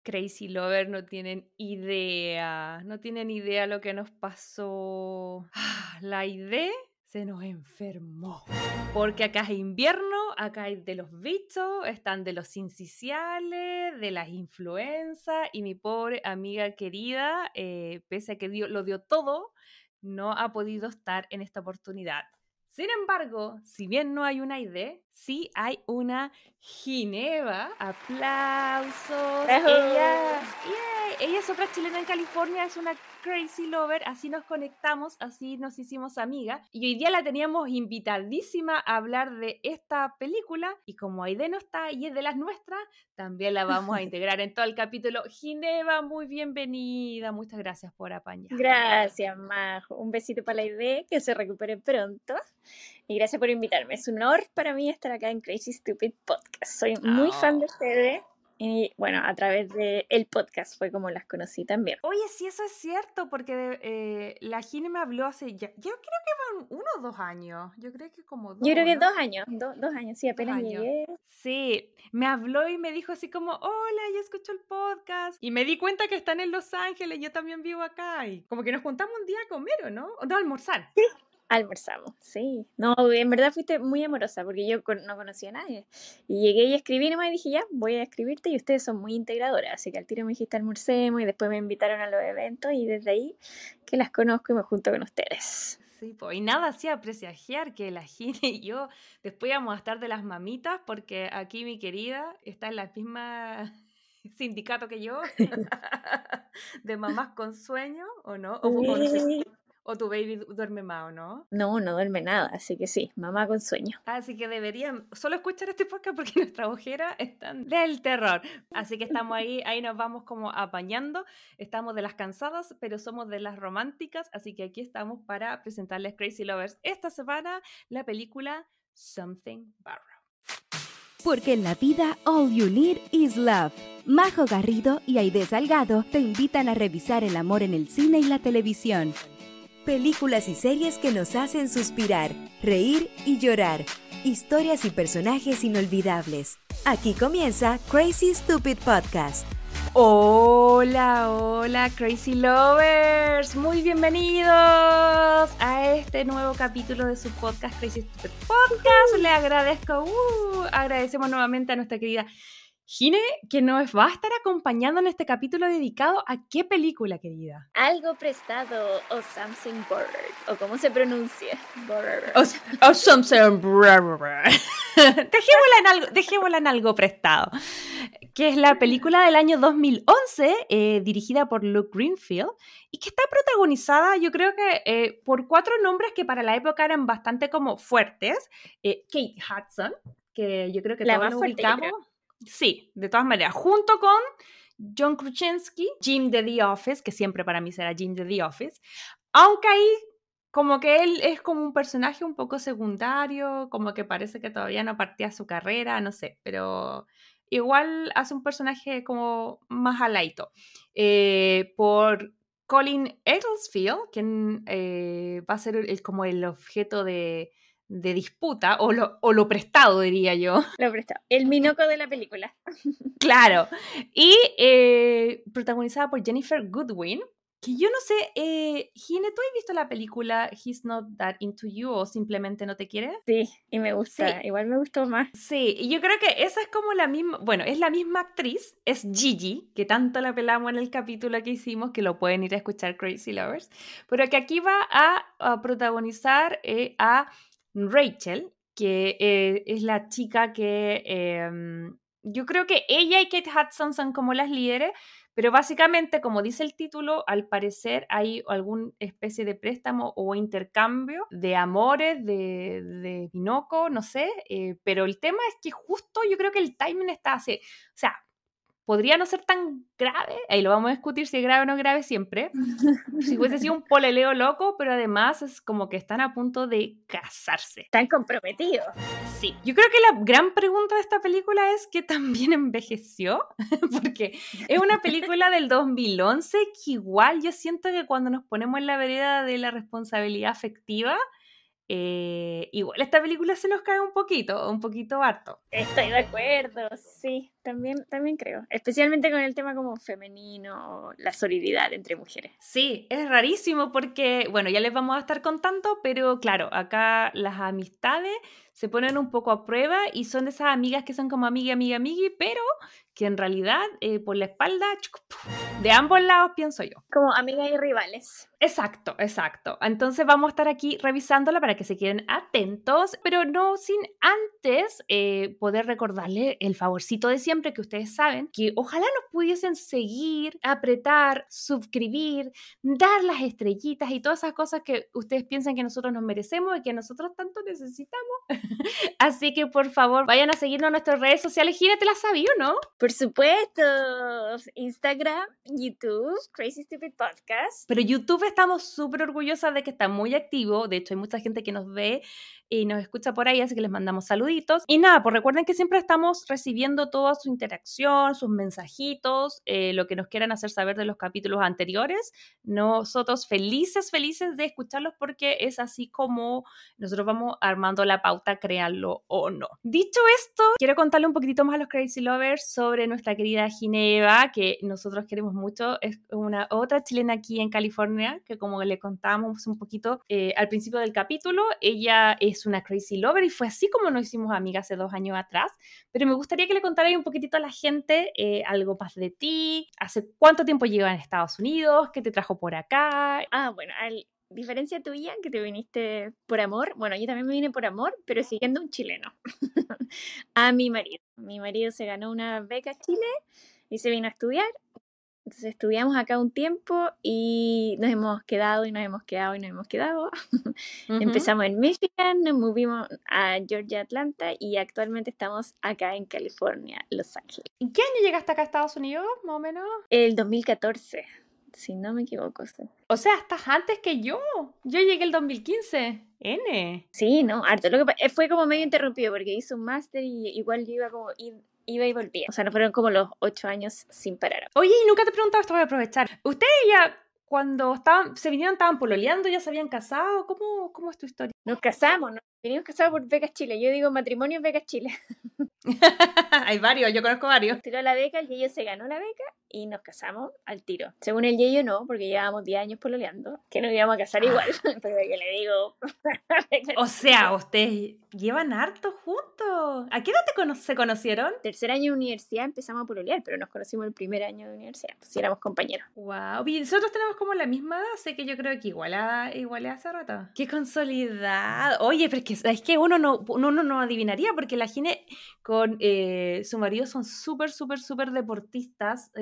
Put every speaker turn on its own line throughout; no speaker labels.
Crazy Lover no tienen idea lo que nos pasó. La idea se nos enfermó. Porque acá es invierno, acá hay de los bichos, están de los incisionales, de las influencias, y mi pobre amiga querida, pese a que lo dio todo, no ha podido estar en esta oportunidad. Sin embargo, si bien no hay una idea, sí hay una Gineva. Aplausos.
¡Bravo!
Ella es otra chilena en California, es una Crazy Lover, así nos conectamos, así nos hicimos amigas. Y hoy día la teníamos invitadísima a hablar de esta película, y como Aide no está y es de las nuestras, también la vamos a integrar en todo el capítulo. Gineva, muy bienvenida, muchas gracias por apañar.
Gracias, Majo. Un besito para la idea, que se recupere pronto. Y gracias por invitarme. Es un honor para mí estar acá en Crazy Stupid Podcast. Soy muy fan de ustedes. Y bueno, a través del podcast fue como las conocí también.
Oye, sí, eso es cierto, porque la Gine me habló hace ya, yo creo que van 1 o 2 años, yo creo que como
Yo creo
2,
que
¿no?
2 años, 2 años, sí,
2
apenas
años.
llegué.
Sí, me habló y me dijo así como, hola, yo escucho el podcast. Y me di cuenta que están en Los Ángeles, yo también vivo acá. Y como que nos juntamos un día a comer, ¿o no? O no, a almorzar.
Almorzamos, sí. No, en verdad fuiste muy amorosa porque yo no conocía a nadie. Y llegué y escribí nomás y dije, ya, voy a escribirte y ustedes son muy integradoras. Así que al tiro me dijiste almorcemos y después me invitaron a los eventos y desde ahí que las conozco y me junto con ustedes.
Sí, y nada hacía presagiar que la Gine y yo después íbamos a estar de las mamitas, porque aquí mi querida está en la misma sindicato que yo, de mamás con sueño, ¿o no? O no sé,
Sí.
o tu baby duerme más, ¿o no?
No, no duerme nada, así que sí, mamá con sueño.
Así que deberían solo escuchar este podcast porque nuestras ojeras están del terror. Así que estamos ahí nos vamos como apañando. Estamos de las cansadas, pero somos de las románticas. Así que aquí estamos para presentarles Crazy Lovers esta semana, la película Something Borrowed.
Porque en la vida all you need is love. Majo Garrido y Aide Salgado te invitan a revisar el amor en el cine y la televisión. Películas y series que nos hacen suspirar, reír y llorar. Historias y personajes inolvidables. Aquí comienza Crazy Stupid Podcast.
Hola, Crazy Lovers. Muy bienvenidos a este nuevo capítulo de su podcast Crazy Stupid Podcast. Le agradecemos nuevamente a nuestra querida Gine, que nos va a estar acompañando en este capítulo dedicado a qué película, querida.
Algo prestado o something borrowed, o cómo se pronuncia. Borrowed.
O something. Dejémosla en algo prestado. Que es la película del año 2011, dirigida por Luke Greenfield, y que está protagonizada, yo creo que por 4 nombres que para la época eran bastante como fuertes. Kate Hudson, que yo creo que
La
todos
más
lo
fuerte, yo
ubicamos.
creo.
Sí, de todas maneras, junto con John Krasinski, Jim de The Office, que siempre para mí será Jim de The Office, aunque ahí como que él es como un personaje un poco secundario, como que parece que todavía no partía su carrera, no sé, pero igual hace un personaje como más alaito. Por Colin Ecclesfield, quien va a ser como el objeto de disputa, o lo prestado, diría yo.
Lo prestado. El minoco de la película.
Claro. Y protagonizada por Jennifer Goodwin, que yo no sé, Gine, ¿tú has visto la película He's Not That Into You o Simplemente No Te Quiere?
Sí, y me gusta.
Sí,
Igual me gustó más.
sí, y yo creo que esa es como la misma, bueno, es la misma actriz, es Gigi, que tanto la pelamos en el capítulo que hicimos, que lo pueden ir a escuchar Crazy Lovers, pero que aquí va a protagonizar a Rachel, que es la chica que yo creo que ella y Kate Hudson son como las líderes, pero básicamente, como dice el título, al parecer hay alguna especie de préstamo o intercambio de amores, de Binoco, no sé, pero el tema es que justo yo creo que el timing está así, o sea, podría no ser tan grave, ahí lo vamos a discutir si es grave o no grave siempre, si hubiese sido un pololeo loco, pero además es como que están a punto de casarse.
Están comprometidos.
Sí, yo creo que la gran pregunta de esta película es que también envejeció, porque es una película del 2011 que igual yo siento que cuando nos ponemos en la vereda de la responsabilidad afectiva, igual esta película se nos cae un poquito harto.
Estoy de acuerdo, sí, también creo. Especialmente con el tema como femenino, la solidaridad entre mujeres.
Sí, es rarísimo porque, bueno, ya les vamos a estar contando, pero claro, acá las amistades se ponen un poco a prueba y son de esas amigas que son como amiga, pero que en realidad por la espalda, de ambos lados pienso yo.
Como amigas y rivales.
Exacto. Entonces vamos a estar aquí revisándola para que se queden atentos, pero no sin antes poder recordarle el favorcito de siempre, que ustedes saben, que ojalá nos pudiesen seguir, apretar, suscribir, dar las estrellitas y todas esas cosas que ustedes piensan que nosotros nos merecemos y que nosotros tanto necesitamos. Así que por favor vayan a seguirnos en nuestras redes sociales. Gira, ¿te la sabía o no?
Por supuesto, Instagram, YouTube, Crazy Stupid Podcast.
Pero YouTube estamos súper orgullosas de que está muy activo. De hecho, hay mucha gente que nos ve y nos escucha por ahí, así que les mandamos saluditos. Y nada, pues recuerden que siempre estamos recibiendo toda su interacción, sus mensajitos, lo que nos quieran hacer saber de los capítulos anteriores. Nosotros felices de escucharlos porque es así como nosotros vamos armando la pauta, créanlo o no. Dicho esto, quiero contarle un poquitito más a los Crazy Lovers sobre nuestra querida Ginebra, que nosotros queremos mucho. Es una otra chilena aquí en California, que como le contábamos un poquito al principio del capítulo, ella es una Crazy Lover y fue así como nos hicimos amigas hace 2 años atrás. Pero me gustaría que le contarais un poquitito a la gente algo más de ti. ¿Hace cuánto tiempo llevas en Estados Unidos? ¿Qué te trajo por acá?
Bueno, diferencia tuya, que te viniste por amor, bueno, yo también me vine por amor, pero siguiendo un chileno, a mi marido. Mi marido se ganó una beca a Chile y se vino a estudiar. Entonces estudiamos acá un tiempo y nos hemos quedado. Empezamos en Michigan, nos movimos a Georgia, Atlanta y actualmente estamos acá en California, Los Ángeles.
¿En qué año llegaste acá a Estados Unidos, más o menos?
El 2014, si no me equivoco. Sí.
O sea, estás antes que yo. Yo llegué el 2015. N.
Sí, no, harto. Lo que fue como medio interrumpido porque hice un máster y igual yo iba y volvía. O sea, no fueron como los 8 años sin parar.
Oye, y nunca te he preguntado, esto voy a aprovechar. ¿Ustedes ya cuando se vinieron, estaban pololeando, ya se habían casado? ¿Cómo es tu historia?
Nos casamos, nos vinimos casados por Becas Chile. Yo digo matrimonio Becas Chile.
Hay varios, yo conozco varios.
Tiró la beca, el Yeyo se ganó la beca y nos casamos al tiro. Según el Yeyo no, porque llevábamos 10 años pololeando, que nos íbamos a casar igual, pero que le digo...
O sea, ustedes llevan harto juntos. ¿A qué edad se conocieron?
Tercer año de universidad empezamos a pololear, pero nos conocimos el primer año de universidad, pues éramos compañeros.
Wow, y nosotros tenemos como la misma edad, así que yo creo que igual hace rato. ¡Qué consolidado! Oye, pero es que uno no adivinaría, porque la Gine con su marido son súper deportistas.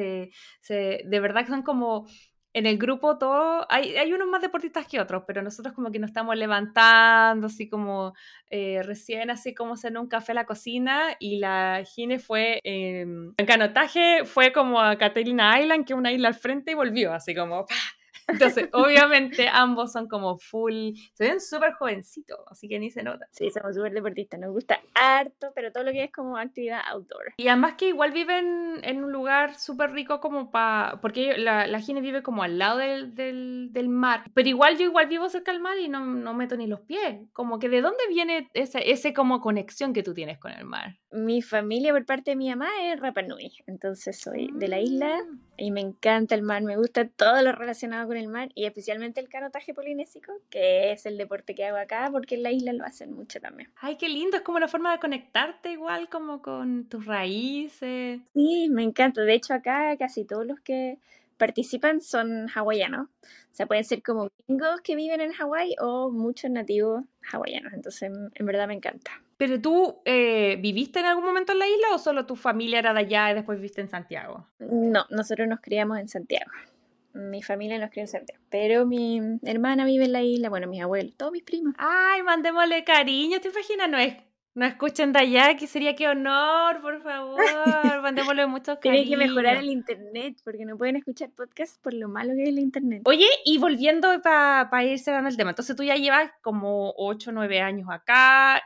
De verdad que son como... En el grupo todos, hay unos más deportistas que otros, pero nosotros como que nos estamos levantando, así como recién, así como en un café a la cocina, y la Gine fue en canotaje, fue como a Catalina Island, que es una isla al frente, y volvió, así como... ¡pah! Entonces, obviamente, ambos son como full, se ven súper jovencitos, así que ni se nota.
Sí, somos súper deportistas, nos gusta harto, pero todo lo que es como actividad outdoor.
Y además que igual viven en un lugar súper rico como porque la Gine vive como al lado del mar, pero yo igual vivo cerca del mar y no meto ni los pies. Como que ¿de dónde viene ese como conexión que tú tienes con el mar?
Mi familia por parte de mi mamá es Rapa Nui, entonces soy de la isla y me encanta el mar, me gusta todo lo relacionado con el mar y especialmente el canotaje polinésico, que es el deporte que hago acá porque en la isla lo hacen mucho también.
Ay, qué lindo, es como una forma de conectarte igual como con tus raíces.
Sí, me encanta, de hecho acá casi todos los que participan son hawaianos, o sea, pueden ser como gringos que viven en Hawái o muchos nativos hawaianos, entonces en verdad me encanta.
¿Pero tú viviste en algún momento en la isla o solo tu familia era de allá y después viviste en Santiago?
No, nosotros nos criamos en Santiago. Mi familia nos crió en Santiago, pero mi hermana vive en la isla, bueno, mis abuelos, todos mis primos.
Ay, mandémosle cariño, ¿te imaginas? No escuchen de allá, que sería qué honor, por favor, mandémosle muchos cariños.
Tiene que mejorar el internet, porque no pueden escuchar podcast por lo malo que es el internet.
Oye, y volviendo para ir cerrando el tema, entonces tú ya llevas como 8 o 9 años acá,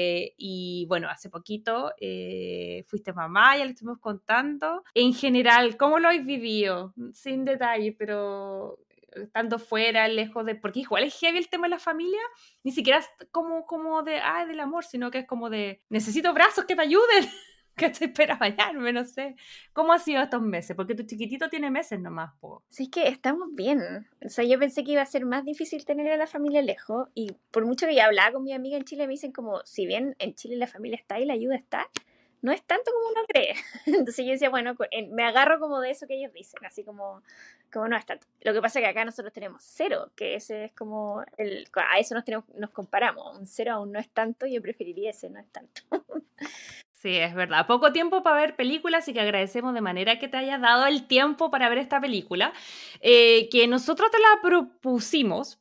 y bueno, hace poquito fuiste mamá, ya le estuvimos contando. En general, ¿cómo lo habéis vivido? Sin detalle, pero estando fuera, lejos de... Porque igual es heavy el tema de la familia, ni siquiera es como de, del amor, sino que es como de, necesito brazos que me ayuden, que estoy para bañarme, no sé. ¿Cómo ha sido estos meses? Porque tu chiquitito tiene meses nomás, po.
Sí, es que estamos bien. O sea, yo pensé que iba a ser más difícil tener a la familia lejos y por mucho que ya hablaba con mi amiga en Chile, me dicen como, si bien en Chile la familia está y la ayuda está, no es tanto como uno cree. Entonces yo decía, bueno, me agarro como de eso que ellos dicen, así como no es tanto. Lo que pasa es que acá nosotros tenemos 0, que ese es como, a eso nos comparamos. Un 0 aún no es tanto, yo preferiría ese, no es tanto.
Sí, es verdad. Poco tiempo para ver películas y que agradecemos de manera que te hayas dado el tiempo para ver esta película, que nosotros te la propusimos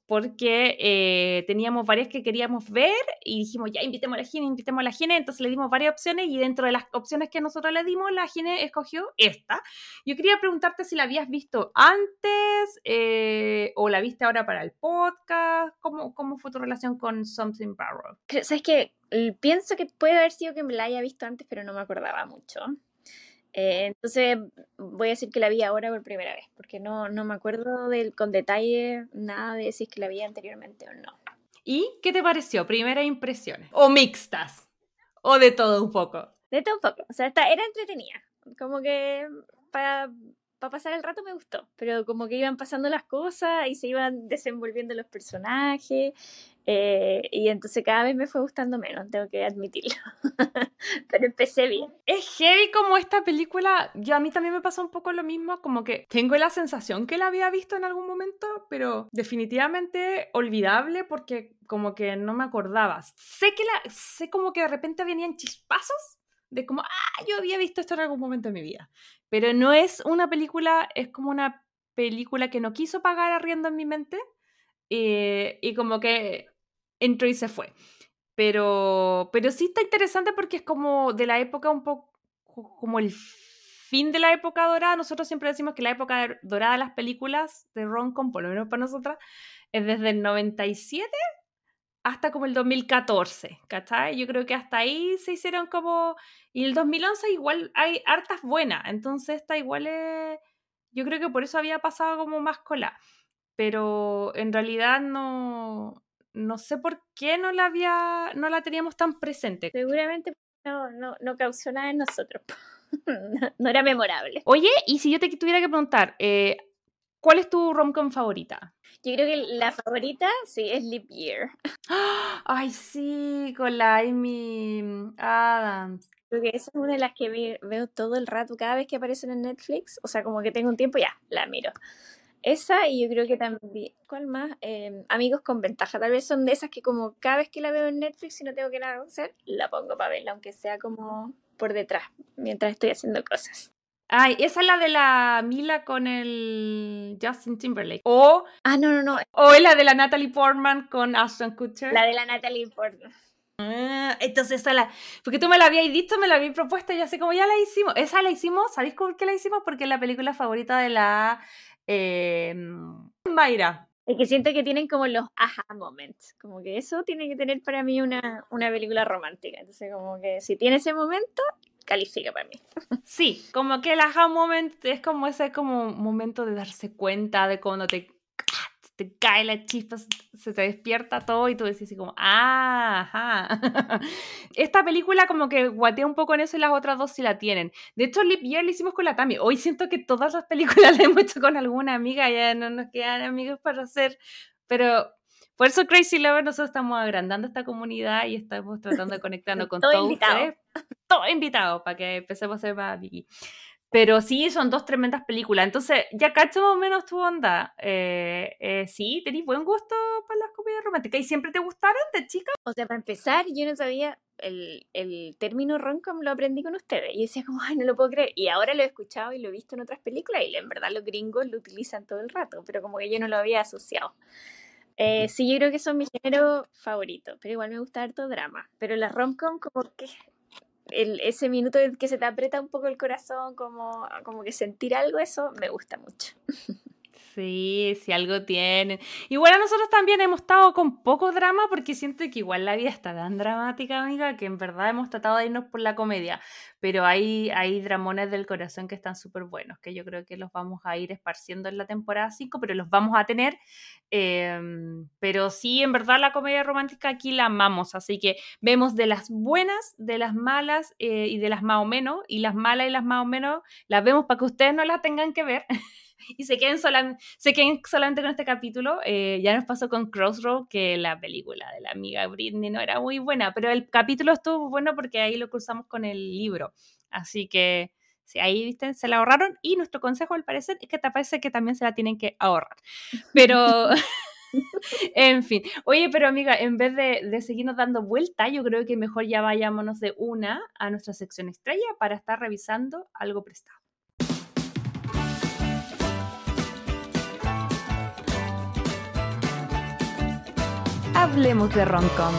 porque teníamos varias que queríamos ver y dijimos, ya, invitemos a la Gine, entonces le dimos varias opciones y dentro de las opciones que nosotros le dimos, la Gine escogió esta. Yo quería preguntarte si la habías visto antes o la viste ahora para el podcast, ¿cómo fue tu relación con Something Barrel?
¿Sabes qué? Pienso que puede haber sido que me la haya visto antes, pero no me acordaba mucho. Entonces voy a decir que la vi ahora por primera vez, porque no me acuerdo con detalle nada de si es que la vi anteriormente o no.
¿Y qué te pareció? Primeras impresiones. ¿O mixtas? ¿O de todo un poco?
De todo un poco. O sea, era entretenida. Como que para pasar el rato me gustó. Pero como que iban pasando las cosas y se iban desenvolviendo los personajes. Y entonces cada vez me fue gustando menos, tengo que admitirlo. Pero empecé bien.
Es heavy como esta película. Yo a mí también me pasó un poco lo mismo. Como que tengo la sensación que la había visto en algún momento, pero definitivamente olvidable porque como que no me acordaba. Sé como que de repente venían chispazos de como, yo había visto esto en algún momento de mi vida. Pero no es una película, es como una película que no quiso pagar arriendo en mi mente y como que entró y se fue. Pero sí está interesante porque es como de la época un poco, como el fin de la época dorada. Nosotros siempre decimos que la época dorada de las películas de rom-com, por lo menos para nosotras, es desde el 97 hasta como el 2014, ¿cachai? Yo creo que hasta ahí se hicieron como... Y el 2011 igual hay hartas buenas, entonces esta igual es... Yo creo que por eso había pasado como más cola, pero en realidad no sé por qué no la teníamos tan presente.
Seguramente no causó nada en nosotros. No era memorable.
Oye, y si yo te tuviera que preguntar, ¿cuál es tu rom-com favorita?
Yo creo que la favorita, sí, es Leap Year.
Ay, sí, con la Amy Adams.
Creo que esa es una de las que veo todo el rato, cada vez que aparecen en Netflix. O sea, como que tengo un tiempo, ya, la miro. Esa y yo creo que también, ¿cuál más? Amigos con ventaja. Tal vez son de esas que como cada vez que la veo en Netflix y no tengo que nada que hacer, la pongo para verla, aunque sea como por detrás, mientras estoy haciendo cosas.
Ay, esa es la de la Mila con el Justin Timberlake. O
No.
es la de la Natalie Portman con Ashton Kutcher.
La de la Natalie Portman.
Entonces porque tú me la habías dicho, me la habías propuesto y así como ya la hicimos. Esa la hicimos, ¿sabéis por qué la hicimos? Porque es la película favorita de la Mayra.
Es que siento que tienen como los aha moments. Como que eso tiene que tener para mí una película romántica. Entonces, como que si tiene ese momento, califica para mí.
Sí, como que el aha moment es como ese como momento de darse cuenta de cuando te cae la chispa, se te despierta todo y tú decís así como, ajá. Esta película como que guatea un poco en eso y las otras dos sí la tienen. De hecho, Leap Year la hicimos con la Tami. Hoy siento que todas las películas las hemos hecho con alguna amiga, ya no nos quedan amigos para hacer, pero... Por eso Crazy Lover nosotros estamos agrandando esta comunidad y estamos tratando de conectarnos con todos ustedes. Todos invitados para que empecemos a ser más Vicky. Pero sí, son dos tremendas películas. Entonces, ya cacho más o menos tu onda. Sí, tenés buen gusto para las comedias románticas. ¿Y siempre te gustaron de chica?
O sea, para empezar, yo no sabía el término rom-com, lo aprendí con ustedes. Y decía como, ay, no lo puedo creer. Y ahora lo he escuchado y lo he visto en otras películas y en verdad los gringos lo utilizan todo el rato, pero como que yo no lo había asociado. Sí, yo creo que son mi género favorito, pero igual me gusta harto drama. Pero la rom-com como que ese minuto en que se te aprieta un poco el corazón, como que sentir algo, eso me gusta mucho.
Sí, sí, algo tienen. Igual a nosotros también hemos estado con poco drama porque siento que igual la vida está tan dramática, amiga, que en verdad hemos tratado de irnos por la comedia. Pero hay dramones del corazón que están súper buenos, que yo creo que los vamos a ir esparciendo en la temporada 5, pero los vamos a tener. Pero sí, en verdad la comedia romántica aquí la amamos, así que vemos de las buenas, de las malas y de las más o menos, y las malas y las más o menos las vemos para que ustedes no las tengan que ver. Y se queden solamente con este capítulo. Ya nos pasó con Crossroad, que la película de la amiga Britney no era muy buena, pero el capítulo estuvo bueno porque ahí lo cruzamos con el libro. Así que sí, ahí, viste, se la ahorraron. Y nuestro consejo, al parecer, es que te parece que también se la tienen que ahorrar. Pero, en fin. Oye, pero amiga, en vez de seguirnos dando vuelta, yo creo que mejor ya vayámonos de una a nuestra sección estrella para estar revisando algo prestado. Hablemos de rom-com.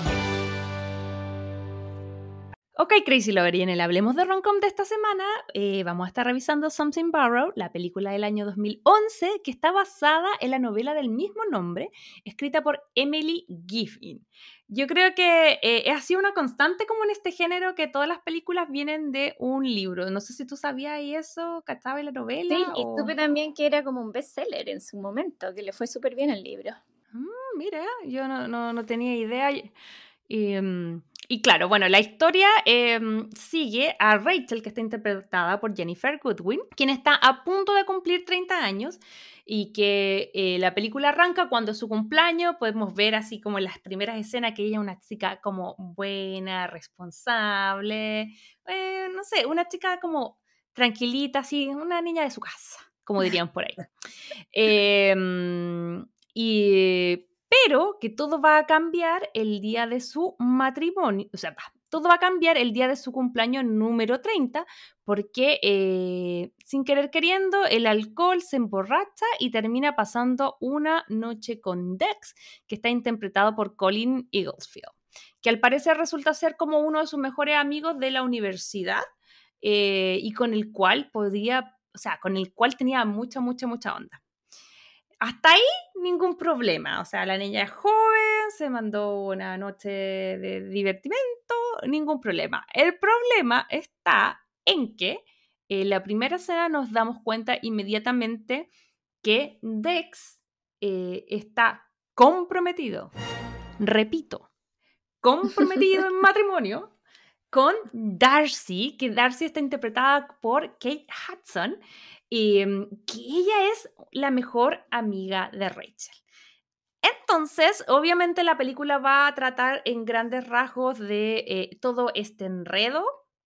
Ok, Crazy Lover, y en el Hablemos de rom-com de esta semana vamos a estar revisando Something Borrowed, la película del año 2011, que está basada en la novela del mismo nombre, escrita por Emily Giffin. Yo creo que ha sido una constante como en este género, que todas las películas vienen de un libro. No sé si tú sabías eso, ¿cachabas la novela?
Sí, y supe también que era como un bestseller en su momento, que le fue súper bien el libro.
Mira, yo no tenía idea. Y claro, bueno, la historia sigue a Rachel, que está interpretada por Jennifer Goodwin, quien está a punto de cumplir 30 años y que la película arranca cuando es su cumpleaños. Podemos ver así como en las primeras escenas que ella es una chica como buena, responsable, no sé, una chica como tranquilita, así, una niña de su casa, como dirían por ahí. Pero que todo va a cambiar el día de su matrimonio, o sea, todo va a cambiar el día de su cumpleaños número 30, porque sin querer queriendo el alcohol se emborracha y termina pasando una noche con Dex, que está interpretado por Colin Eaglesfield, que al parecer resulta ser como uno de sus mejores amigos de la universidad y con el cual tenía mucha onda. Hasta ahí ningún problema, o sea, la niña es joven, se mandó una noche de divertimento, ningún problema. El problema está en que en la primera escena nos damos cuenta inmediatamente que Dex está comprometido, repito, comprometido en matrimonio con Darcy, que Darcy está interpretada por Kate Hudson, que ella es la mejor amiga de Rachel. Entonces, obviamente la película va a tratar en grandes rasgos de todo este enredo,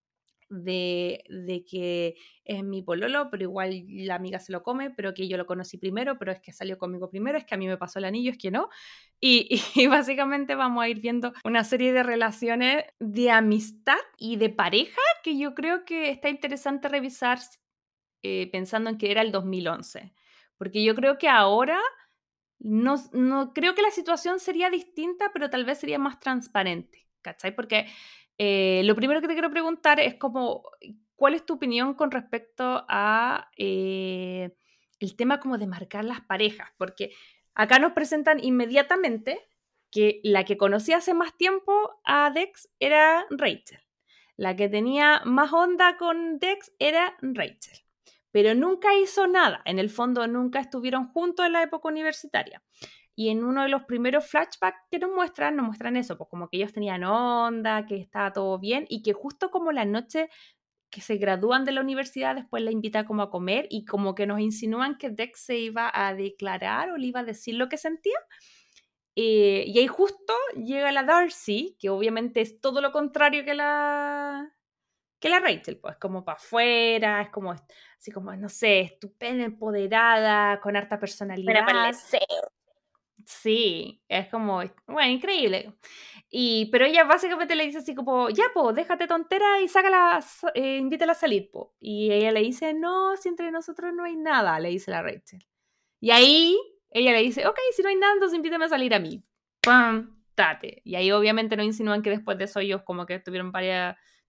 de que es mi pololo, pero igual la amiga se lo come, pero que yo lo conocí primero, pero es que salió conmigo primero, es que a mí me pasó el anillo, es que no. Y básicamente vamos a ir viendo una serie de relaciones de amistad y de pareja que yo creo que está interesante revisar pensando en que era el 2011. Porque yo creo que ahora no creo que la situación sería distinta, pero tal vez sería más transparente, ¿cachai? Porque lo primero que te quiero preguntar es como, ¿cuál es tu opinión con respecto a el tema como de marcar las parejas? Porque acá nos presentan inmediatamente que la que conocía hace más tiempo a Dex era Rachel. La que tenía más onda con Dex era Rachel. Pero nunca hizo nada. En el fondo nunca estuvieron juntos en la época universitaria. Y en uno de los primeros flashbacks que nos muestran eso, pues como que ellos tenían onda, que estaba todo bien y que justo como la noche que se gradúan de la universidad, después la invita como a comer y como que nos insinúan que Dex se iba a declarar o le iba a decir lo que sentía. Y ahí justo llega la Darcy, que obviamente es todo lo contrario que la Rachel, pues como para afuera, es como así como, no sé, estupenda, empoderada, con harta personalidad.
Para el deseo.
Sí, es como, bueno, increíble. Pero ella básicamente le dice así como, ya, po, déjate tontera y invítala a salir, po. Y ella le dice, no, si entre nosotros no hay nada, le dice la Rachel. Y ahí ella le dice, ok, si no hay nada, entonces invítame a salir a mí. ¡Pam! Tate. Y ahí obviamente no insinúan que después de eso ellos como que tuvieron varias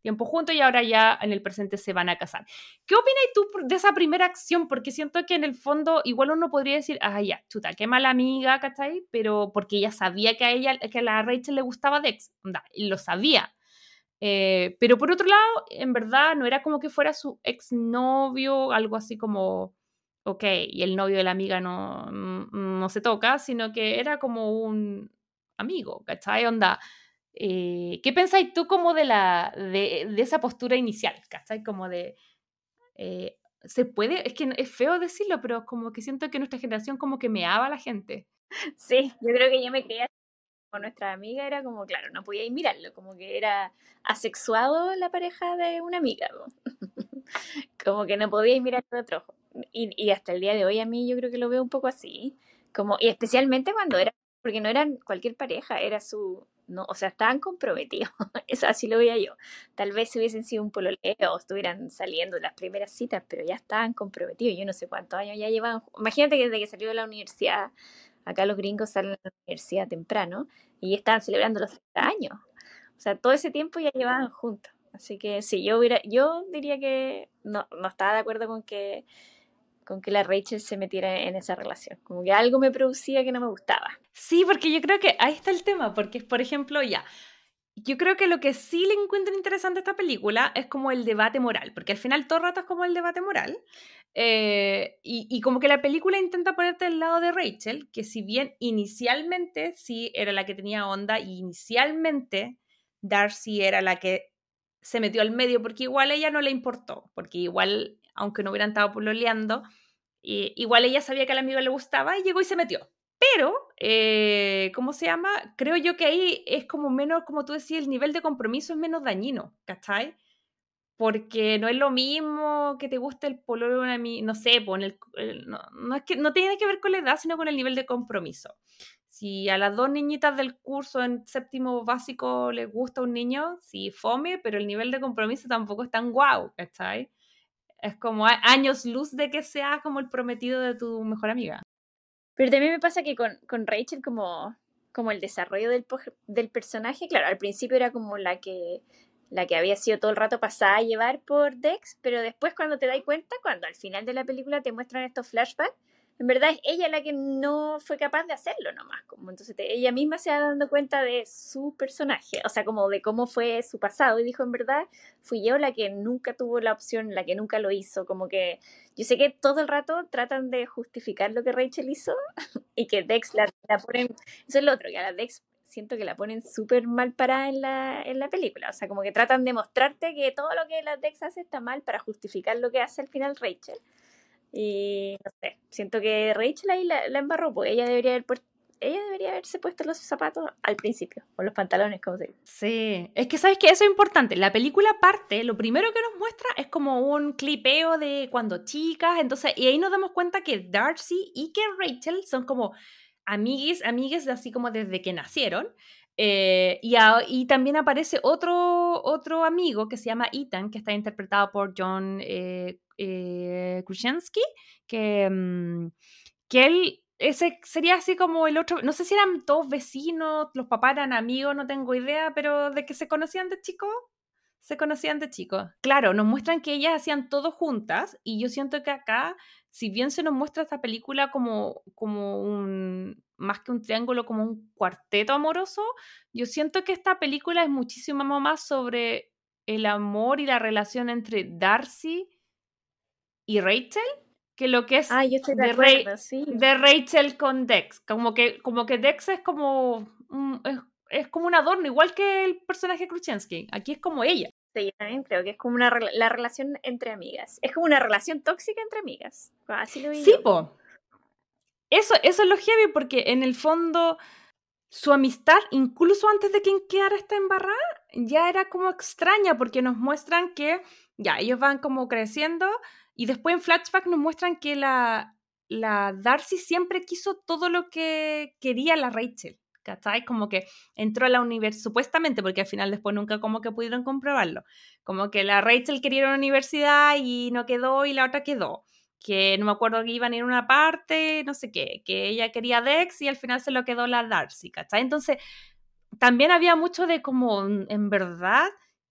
tiempo juntos y ahora ya en el presente se van a casar. ¿Qué opinas tú de esa primera acción? Porque siento que en el fondo igual uno podría decir, ya, chuta, qué mala amiga, ¿cachai? Pero porque ella sabía que a la Rachel le gustaba Dex, y lo sabía. Pero por otro lado, en verdad no era como que fuera su exnovio, algo así como, ok, y el novio de la amiga no se toca, sino que era como un amigo, ¿cachai? Onda, ¿qué pensáis tú como de esa postura inicial, ¿cachai? Como de, se puede, es que es feo decirlo, pero como que siento que nuestra generación como que meaba a la gente.
Sí, yo creo que yo me creía con nuestra amiga, era como, claro, no podía ir mirarlo, como que era asexuado la pareja de una amiga, ¿no? Como que no podía ir mirarlo de otro ojo. Y hasta el día de hoy a mí yo creo que lo veo un poco así, como, y especialmente cuando era, porque no eran cualquier pareja, era su, no, o sea, estaban comprometidos, eso así lo veía yo. Tal vez si hubiesen sido un pololeo o estuvieran saliendo las primeras citas, pero ya estaban comprometidos, yo no sé cuántos años ya llevaban, imagínate que desde que salió de la universidad, acá los gringos salen de la universidad temprano y estaban celebrando los 30 años. O sea, todo ese tiempo ya llevaban juntos. Así que sí, yo diría que no estaba de acuerdo con que la Rachel se metiera en esa relación. Como que algo me producía que no me gustaba.
Sí, porque yo creo que ahí está el tema, porque, por ejemplo, yo creo que lo que sí le encuentro interesante a esta película es como el debate moral, porque al final todo el rato es como el debate moral, y como que la película intenta ponerte del lado de Rachel, que si bien inicialmente sí era la que tenía onda, y inicialmente Darcy era la que se metió al medio, porque igual a ella no le importó, porque igual, aunque no hubieran estado pololeando, igual ella sabía que al amigo le gustaba y llegó y se metió. Pero, ¿cómo se llama? Creo yo que ahí es como menos, como tú decías, el nivel de compromiso es menos dañino, ¿cachai? Porque no es lo mismo que te guste el pololo de una amiga, no sé, no es que no tiene que ver con la edad, sino con el nivel de compromiso. Si a las dos niñitas del curso en séptimo básico les gusta un niño, sí, fome, pero el nivel de compromiso tampoco es tan guau, ¿cachai? Es como años luz de que sea como el prometido de tu mejor amiga.
Pero también me pasa que con Rachel como el desarrollo del personaje, claro, al principio era como la que había sido todo el rato pasada a llevar por Dex, pero después cuando te das cuenta, cuando al final de la película te muestran estos flashbacks, en verdad es ella la que no fue capaz de hacerlo nomás, como entonces ella misma se va dando cuenta de su personaje, o sea, como de cómo fue su pasado y dijo, en verdad, fui yo la que nunca tuvo la opción, la que nunca lo hizo, como que yo sé que todo el rato tratan de justificar lo que Rachel hizo y que Dex la ponen, eso es lo otro, que a la Dex siento que la ponen súper mal parada en la película, o sea, como que tratan de mostrarte que todo lo que la Dex hace está mal para justificar lo que hace al final Rachel. Y no sé, siento que Rachel ahí la embarró, pues ella debería haberse puesto los zapatos al principio, o los pantalones, como se dice.
Sí, es que sabes que eso es importante. La película parte, lo primero que nos muestra es como un clipeo de cuando chicas, entonces, y ahí nos damos cuenta que Darcy y que Rachel son como amigues así como desde que nacieron. Y también aparece otro amigo que se llama Ethan, que está interpretado por John Krasinski, que, que él ese sería así como el otro, no sé si eran todos vecinos, los papás eran amigos, no tengo idea, pero de que se conocían de chicos, se conocían de chicos. Claro, nos muestran que ellas hacían todo juntas y yo siento que acá, si bien se nos muestra esta película como más que un triángulo, como un cuarteto amoroso, yo siento que esta película es muchísimo más sobre el amor y la relación entre Darcy y Rachel que lo que es
Yo estoy de acuerdo, sí.
de Rachel con Dex. Como que Dex es como es como un adorno, igual que el personaje de Krasinski. Aquí es como ella.
Sí, yo también creo que es como la relación entre amigas. Es como una relación tóxica entre amigas. Así lo vi
Sí,
yo.
po. Eso es lo heavy porque en el fondo su amistad, incluso antes de que quedara esta embarrada, ya era como extraña porque nos muestran que ya ellos van como creciendo y después en flashback nos muestran que la Darcy siempre quiso todo lo que quería la Rachel, ¿cachai? Como que entró a la universidad, supuestamente, porque al final después nunca como que pudieron comprobarlo, como que la Rachel quería ir a la universidad y no quedó y la otra quedó, que no me acuerdo que iban a ir a una parte, no sé qué, que ella quería Dex y al final se lo quedó la Darcy, ¿cachai? Entonces, también había mucho de como, en verdad,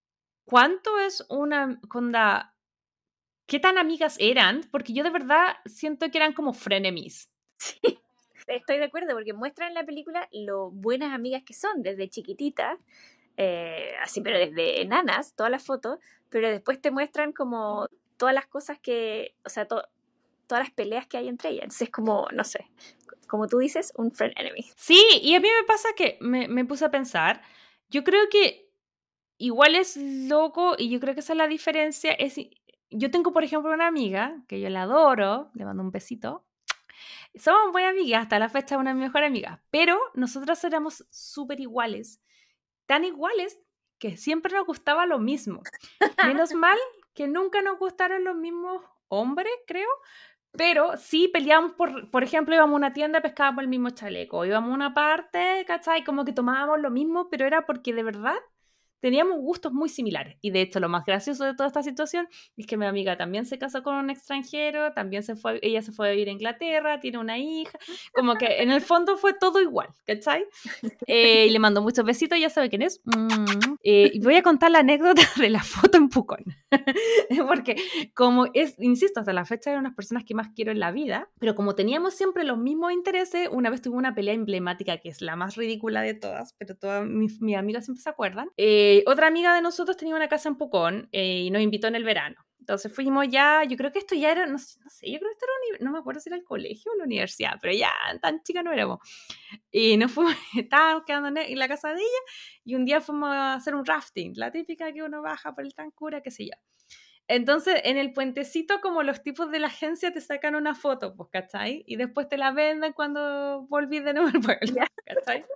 ¿cuánto es una onda? ¿Qué tan amigas eran? Porque yo de verdad siento que eran como frenemies.
Sí, estoy de acuerdo, porque muestran en la película lo buenas amigas que son desde chiquititas, así, pero desde enanas, todas las fotos, pero después te muestran como todas las cosas que, o sea, todas las peleas que hay entre ellas. Entonces es como, no sé, como tú dices, un friend enemy.
Sí, y a mí me pasa que me puse a pensar, yo creo que igual es loco y yo creo que esa es la diferencia. Yo tengo, por ejemplo, una amiga que yo la adoro, le mando un besito. Somos muy amigas, hasta la fecha una de mis mejores amigas, pero nosotras éramos súper iguales, tan iguales que siempre nos gustaba lo mismo. Menos mal que nunca nos gustaron los mismos hombres, creo, pero sí peleábamos por ejemplo, íbamos a una tienda y pescábamos el mismo chaleco, íbamos a una parte, ¿cachai? Como que tomábamos lo mismo, pero era porque de verdad teníamos gustos muy similares. Y de hecho, lo más gracioso de toda esta situación es que mi amiga también se casó con un extranjero, también ella se fue a vivir a Inglaterra, tiene una hija, como que en el fondo fue todo igual, ¿cachai? Y le mando muchos besitos, ya sabe quién es. Y voy a contar la anécdota de la foto en Pucón. Porque como es, insisto, hasta la fecha eran unas personas que más quiero en la vida, pero como teníamos siempre los mismos intereses, una vez tuve una pelea emblemática que es la más ridícula de todas, pero todas mis amigas siempre se acuerdan. Otra amiga de nosotros tenía una casa en Pucón y nos invitó en el verano. Entonces fuimos ya, yo creo que esto ya era, no sé, yo creo que esto era, no me acuerdo si era el colegio o la universidad, pero ya tan chica no éramos. Y nos fuimos, estábamos quedando en la casa de ella y un día fuimos a hacer un rafting, la típica que uno baja por el Tancura, qué sé yo. Entonces, en el puentecito, como los tipos de la agencia te sacan una foto, pues, ¿cachai? Y después te la venden cuando volví de nuevo al pueblo, ¿cachai?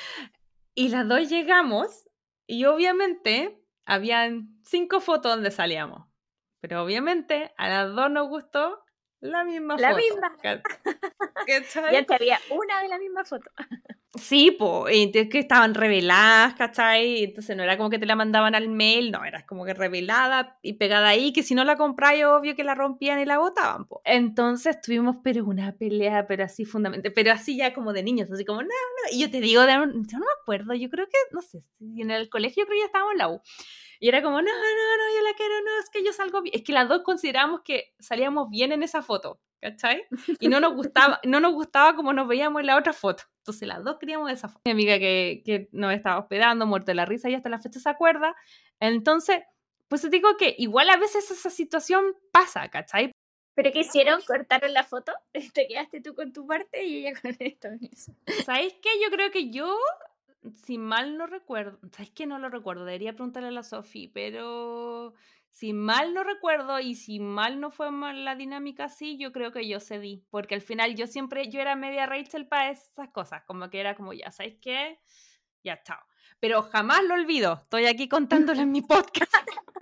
Y las dos llegamos y obviamente habían 5 fotos donde salíamos. Pero obviamente a las dos nos gustó la misma
La
foto.
misma.
¿Cachai?
Y antes había una de la misma foto.
Sí, pues, que estaban reveladas, ¿cachai? Entonces no era como que te la mandaban al mail, no, era como que revelada y pegada ahí, que si no la compráis, obvio que la rompían y la botaban, pues. Entonces tuvimos, pero una pelea, pero así fundamental, pero así ya como de niños, así como, no, no, y yo te digo, yo no me acuerdo, yo creo que, no sé, si en el colegio creo que ya estábamos en la U. Y era como, no, yo la quiero, no, es que yo salgo bien. Es que las dos consideramos que salíamos bien en esa foto, ¿cachai? Y no nos gustaba como nos veíamos en la otra foto. Entonces las dos queríamos esa foto. Mi amiga que nos estaba hospedando, muerta de la risa, y hasta la fecha se acuerda. Entonces, pues te digo que igual a veces esa situación pasa, ¿cachai?
¿Pero qué hicieron? ¿Cortaron la foto? ¿Te quedaste tú con tu parte y ella con esto?
¿Sabéis qué? Yo creo que yo, si mal no recuerdo, ¿sabes qué? No lo recuerdo, debería preguntarle a la Sofi, pero si mal no recuerdo y si mal no fue la dinámica así, yo creo que yo cedí, porque al final yo era media Rachel para esas cosas, como que era como, ya, ¿sabes qué? Ya, chao. Pero jamás lo olvido, estoy aquí contándolo en mi podcast.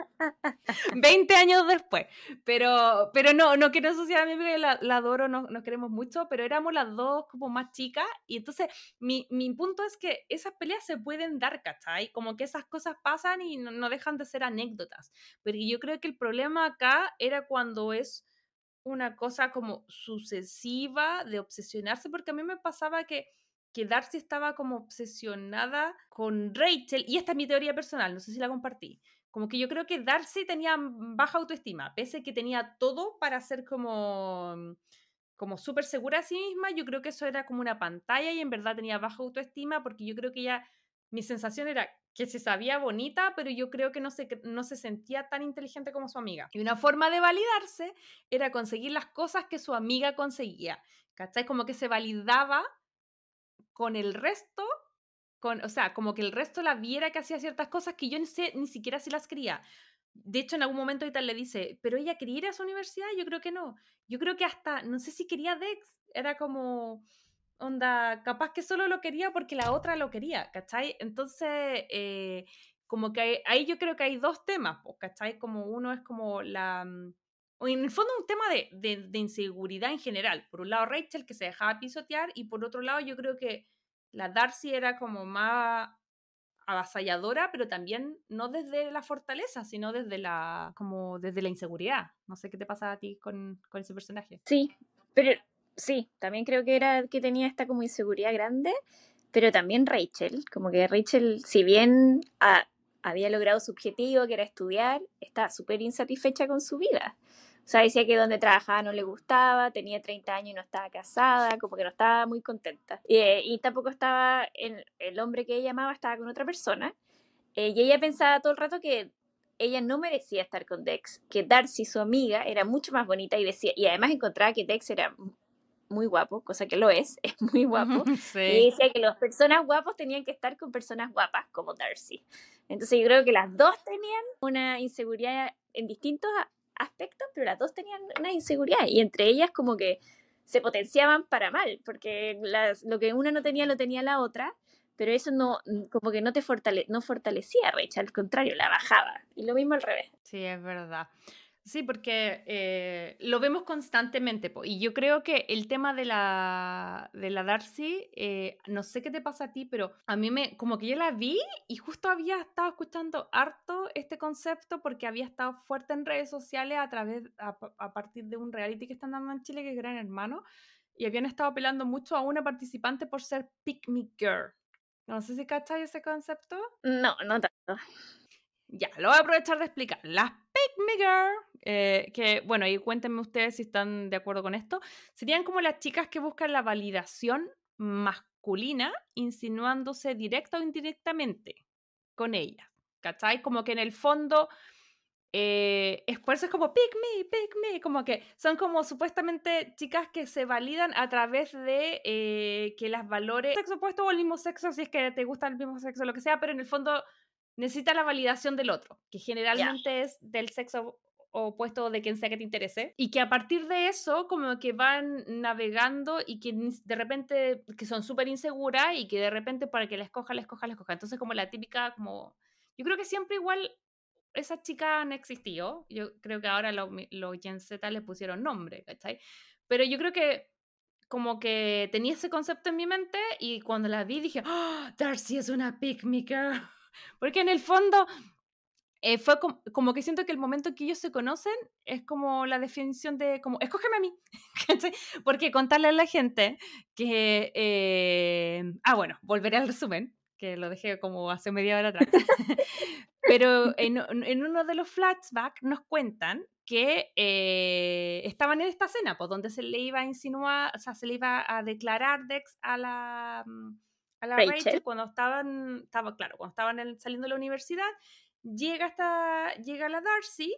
20 años después. Pero no quiero asociar a mi amiga, la adoro, nos queremos mucho, pero éramos las dos como más chicas. Y entonces mi punto es que esas peleas se pueden dar, ¿cachai? Como que esas cosas pasan y no dejan de ser anécdotas. Pero yo creo que el problema acá era cuando es una cosa como sucesiva de obsesionarse, porque a mí me pasaba que Darcy estaba como obsesionada con Rachel, y esta es mi teoría personal, no sé si la compartí. Como que yo creo que Darcy tenía baja autoestima, pese a que tenía todo para ser como súper segura de sí misma. Yo creo que eso era como una pantalla y en verdad tenía baja autoestima, porque yo creo que ella, mi sensación era que se sabía bonita, pero yo creo que no se sentía tan inteligente como su amiga. Y una forma de validarse era conseguir las cosas que su amiga conseguía, ¿cachai? Como que se validaba con el resto, o sea, como que el resto la viera que hacía ciertas cosas que yo no sé ni siquiera si las quería. De hecho, en algún momento y tal le dice, ¿pero ella quería ir a su universidad? Yo creo que no. Yo creo que hasta, no sé si quería Dex, era como, onda, capaz que solo lo quería porque la otra lo quería, ¿cachai? Entonces, como que ahí yo creo que hay dos temas, ¿cachai? Como uno es como o en el fondo un tema de inseguridad en general. Por un lado, Rachel, que se dejaba pisotear, y por otro lado, yo creo que la Darcy era como más avasalladora, pero también no desde la fortaleza, sino como desde la inseguridad. No sé qué te pasa a ti con ese personaje.
Sí, pero sí, también creo que era que tenía esta como inseguridad grande, pero también Rachel, como que Rachel, si bien había logrado su objetivo, que era estudiar, estaba súper insatisfecha con su vida. O sea, decía que donde trabajaba no le gustaba, tenía 30 años y no estaba casada, como que no estaba muy contenta. Y tampoco estaba, el hombre que ella amaba estaba con otra persona. Y ella pensaba todo el rato que ella no merecía estar con Dex, que Darcy, su amiga, era mucho más bonita y además encontraba que Dex era muy guapo, cosa que lo es muy guapo.
Sí.
Y decía que las personas guapos tenían que estar con personas guapas como Darcy. Entonces yo creo que las dos tenían una inseguridad en distintos aspectos, pero las dos tenían una inseguridad y entre ellas como que se potenciaban para mal, porque lo que una no tenía lo tenía la otra, pero eso no, como que no no fortalecía a Rachel, al contrario, la bajaba. Y lo mismo al revés.
Sí, es verdad. Sí, porque lo vemos constantemente, po. Y yo creo que el tema de la Darcy, no sé qué te pasa a ti, pero a mí como que yo la vi y justo había estado escuchando harto este concepto porque había estado fuerte en redes sociales a partir de un reality que están dando en Chile que es Gran Hermano, y habían estado apelando mucho a una participante por ser Pick Me Girl. No sé si cachai ese concepto.
No, no tanto.
Ya, lo voy a aprovechar de explicar. Las Pick Me Girl, que bueno, y cuéntenme ustedes si están de acuerdo con esto, serían como las chicas que buscan la validación masculina, insinuándose directa o indirectamente con ella. ¿Cachai? Como que en el fondo, por eso es como pick me, como que son como supuestamente chicas que se validan a través de que las valores sexo opuesto o el mismo sexo, si es que te gusta el mismo sexo, lo que sea, pero en el fondo necesita la validación del otro, que generalmente es del sexo opuesto o de quien sea que te interese, y que a partir de eso como que van navegando y que de repente, que son súper inseguras y que de repente para que la escoja. Entonces como la típica, como, yo creo que siempre igual esas chicas han existido, yo creo que ahora los Gen Z le pusieron nombre, ¿cachai? Pero yo creo que como que tenía ese concepto en mi mente y cuando la vi dije, ¡oh, Darcy es una pick me girl! Porque en el fondo fue como que siento que el momento en que ellos se conocen es como la definición de como, escógeme a mí. ¿Cachai? Porque contarle a la gente que... bueno, volveré al resumen, que lo dejé como hace media hora atrás. Pero en uno de los flashbacks nos cuentan que estaban en esta cena, pues, donde se le iba a insinuar, o sea, se le iba a declarar Dex a la Rachel cuando estaban saliendo de la universidad. Llega la Darcy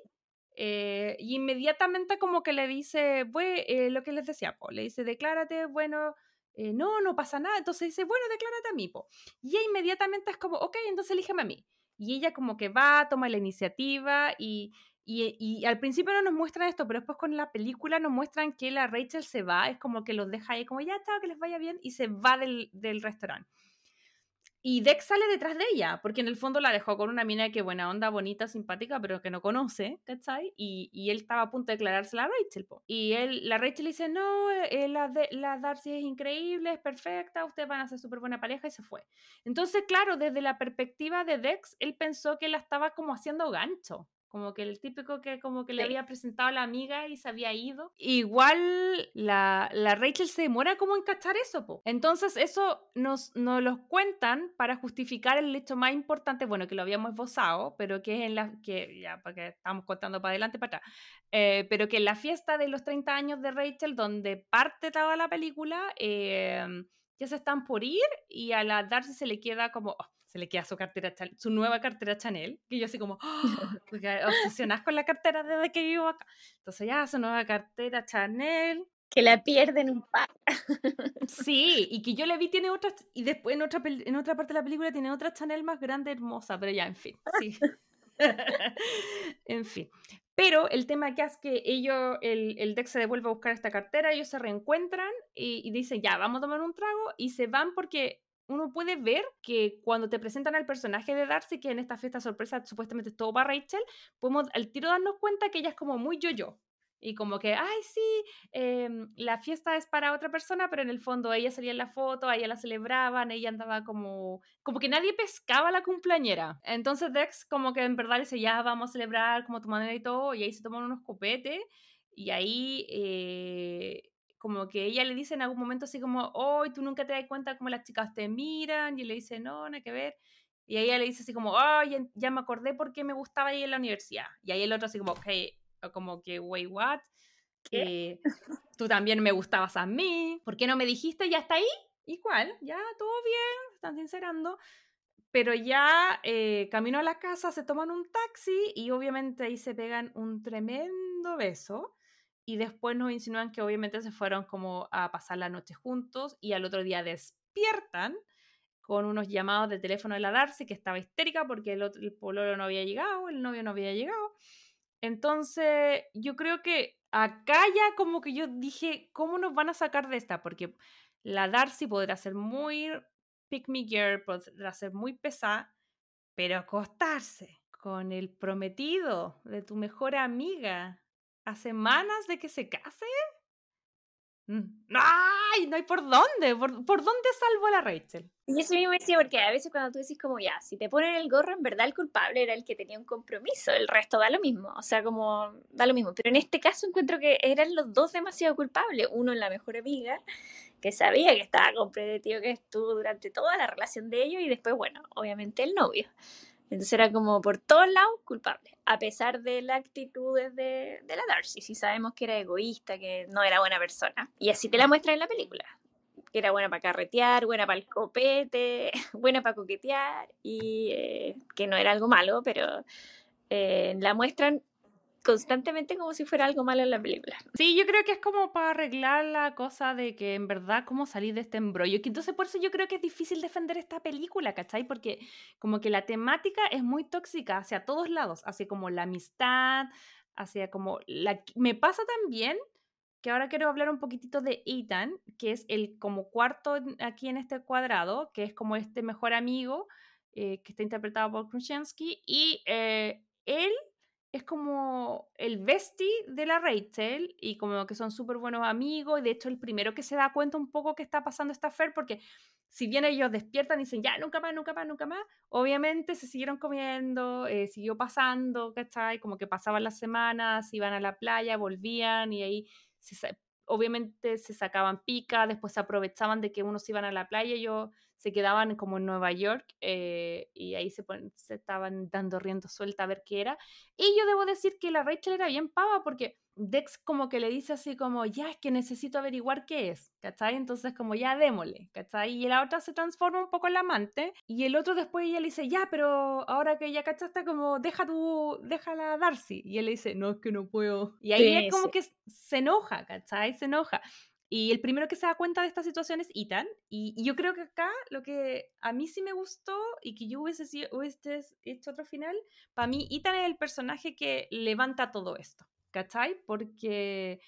y inmediatamente como que le dice, lo que les decía, po, le dice, declárate, bueno, no pasa nada. Entonces dice, bueno, declárate a mí, po. Y ella inmediatamente es como, ok, entonces elígeme a mí. Y ella como que va, toma la iniciativa y al principio no nos muestran esto, pero después con la película nos muestran que la Rachel se va, es como que los deja ahí como, ya, chao, que les vaya bien, y se va del restaurante. Y Dex sale detrás de ella, porque en el fondo la dejó con una mina que buena onda, bonita, simpática, pero que no conoce, ¿cachai? Y él estaba a punto de declarársela a Rachel, po. Y la Rachel dice, no, la Darcy es increíble, es perfecta, ustedes van a ser súper buena pareja, y se fue. Entonces, claro, desde la perspectiva de Dex, él pensó que la estaba como haciendo gancho. Como que el típico que como que le había presentado a la amiga y se había ido. Igual la Rachel se demora como en cachar eso, po. Entonces eso nos los cuentan para justificar el hecho más importante, bueno, que lo habíamos esbozado, pero que es que ya, porque estamos contando para adelante, para atrás, pero que en la fiesta de los 30 años de Rachel, donde parte toda la película, ya se están por ir y a la Darcy se le queda como... se le queda su nueva cartera Chanel, que yo así como, porque obsesionás con la cartera desde que vivo acá. Entonces ya, su nueva cartera Chanel.
Que la pierden un par.
Sí, y que yo le vi tiene otras, y después en otra parte de la película tiene otra Chanel más grande, hermosa, pero ya, en fin, sí. En fin. Pero el tema que es que el Dex se devuelve a buscar esta cartera, ellos se reencuentran y dicen, ya, vamos a tomar un trago, y se van porque uno puede ver que cuando te presentan al personaje de Darcy, que en esta fiesta sorpresa supuestamente es todo para Rachel, podemos al tiro darnos cuenta que ella es como muy yo-yo. Y como que, ay, sí, la fiesta es para otra persona, pero en el fondo ella salía en la foto, a ella la celebraban, ella andaba como que nadie pescaba a la cumpleañera. Entonces Dex como que en verdad le dice, ya vamos a celebrar como tu manera y todo, y ahí se toman unos copetes, y ahí como que ella le dice en algún momento así como, oh, tú nunca te das cuenta cómo las chicas te miran, y él le dice, no, nada que ver. Y ahí ella le dice así como, oh, ya me acordé por qué me gustaba ir en la universidad. Y ahí el otro así como, hey, como que, wait, what?
¿Qué?
Tú también me gustabas a mí. ¿Por qué no me dijiste? Ya está ahí. Igual, ya todo bien, están sincerando. Pero ya camino a la casa, se toman un taxi y obviamente ahí se pegan un tremendo beso. Y después nos insinúan que obviamente se fueron como a pasar la noche juntos y al otro día despiertan con unos llamados de teléfono de la Darcy, que estaba histérica porque el pololo no había llegado, el novio no había llegado. Entonces, yo creo que acá ya como que yo dije, ¿cómo nos van a sacar de esta? Porque la Darcy podrá ser muy pick me girl, podrá ser muy pesada, pero acostarse con el prometido de tu mejor amiga a semanas de que se case. ¡Ay! No hay por dónde. ¿Por dónde salvo a la Rachel?
Y eso mismo decía, porque a veces cuando tú decís como ya, si te ponen el gorro, en verdad el culpable era el que tenía un compromiso, el resto da lo mismo, o sea, como da lo mismo. Pero en este caso encuentro que eran los dos demasiado culpables. Uno, la mejor amiga, que sabía que estaba comprometido, que estuvo durante toda la relación de ellos, y después, bueno, obviamente el novio. Entonces era como por todos lados culpable, a pesar de las actitudes de la Darcy. Si sabemos que era egoísta, que no era buena persona. Y así te la muestran en la película. Que era buena para carretear, buena para el copete, buena para coquetear, y que no era algo malo, pero la muestran constantemente como si fuera algo malo en la película.
Sí, yo creo que es como para arreglar la cosa de que en verdad cómo salir de este embrollo. Que entonces por eso yo creo que es difícil defender esta película, ¿cachai? Porque como que la temática es muy tóxica hacia todos lados, hacia como la amistad, hacia como la... Me pasa también que ahora quiero hablar un poquitito de Ethan, que es el como cuarto aquí en este cuadrado, que es como este mejor amigo que está interpretado por Krasinski, y él es como el bestie de la Rachel y como que son súper buenos amigos y de hecho el primero que se da cuenta un poco que está pasando esta affair porque si bien ellos despiertan y dicen ya, nunca más, nunca más, nunca más, obviamente se siguieron comiendo, siguió pasando, ¿cachai? Como que pasaban las semanas, iban a la playa, volvían y ahí obviamente se sacaban pica, después se aprovechaban de que unos iban a la playa y ellos se quedaban como en Nueva York y ahí se estaban dando rienda suelta a ver qué era. Y yo debo decir que la Rachel era bien pava porque Dex como que le dice así como, ya es que necesito averiguar qué es, ¿cachai? Entonces como ya démosle, ¿cachai? Y la otra se transforma un poco en la amante y el otro después ella le dice, ya, pero ahora que ya cachaste como, déjala a Darcy. Y él le dice, no, es que no puedo. Y ahí es como que se enoja, ¿cachai? Se enoja. Y el primero que se da cuenta de esta situación es Ethan. Y yo creo que acá lo que a mí sí me gustó y que yo hubiese hecho otro final, para mí Ethan es el personaje que levanta todo esto, ¿cachai? Porque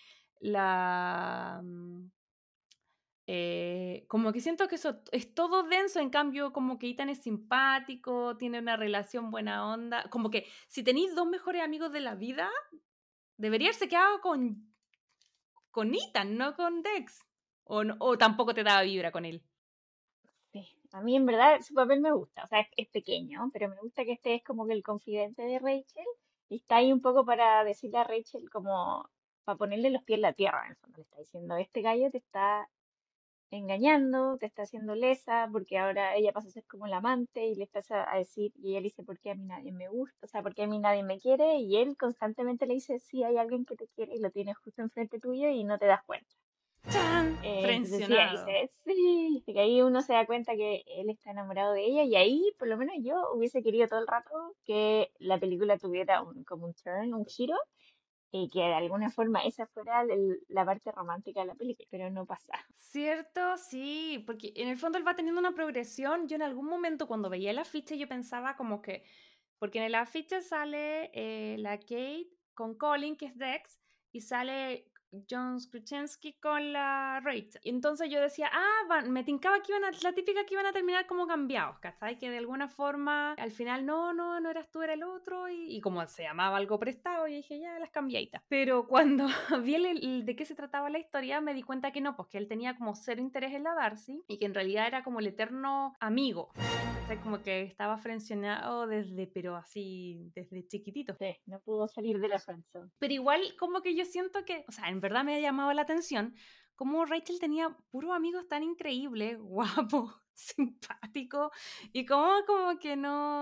como que siento que eso es todo denso, en cambio como que Ethan es simpático, tiene una relación buena onda, como que si tenéis dos mejores amigos de la vida, debería haberse quedado con Ethan, no con Dex. O tampoco te daba vibra con él.
Sí, a mí en verdad su papel me gusta, o sea, es pequeño, pero me gusta que este es como que el confidente de Rachel y está ahí un poco para decirle a Rachel como, para ponerle los pies en la tierra, en el fondo le está diciendo, este gallo te está engañando, te está haciendo lesa, porque ahora ella pasa a ser como la amante y le estás a decir, y él dice, ¿por qué a mí nadie me gusta? O sea, ¿por qué a mí nadie me quiere? Y él constantemente le dice, sí, hay alguien que te quiere y lo tienes justo enfrente tuyo y no te das cuenta.
¡Chan!
Entonces sí, ahí
Frencionado.
sí, que ahí uno se da cuenta que él está enamorado de ella y ahí por lo menos yo hubiese querido todo el rato que la película tuviera como un turn, un giro y que de alguna forma esa fuera la parte romántica de la película, pero no pasa.
Cierto, sí, porque en el fondo él va teniendo una progresión. Yo en algún momento cuando veía el afiche yo pensaba como que, porque en el afiche sale la Kate con Colin, que es Dex, y sale John Krasinski con la Rachel. Y entonces yo decía, me tincaba que la típica que iban a terminar como cambiados, ¿cachai? Que de alguna forma al final no eras tú, era el otro, y como se llamaba algo prestado, y dije, ya, las cambiaditas. Pero cuando vi de qué se trataba la historia, me di cuenta que no, pues que él tenía como cero interés en la Darcy, y que en realidad era como el eterno amigo. ¿Cachai? Como que estaba frencionado pero así, desde chiquitito.
Sí, no pudo salir de la friendzone.
Pero igual como que yo siento que, o sea, en verdad me ha llamado la atención como Rachel tenía puros amigos tan increíbles, guapos, simpático y como que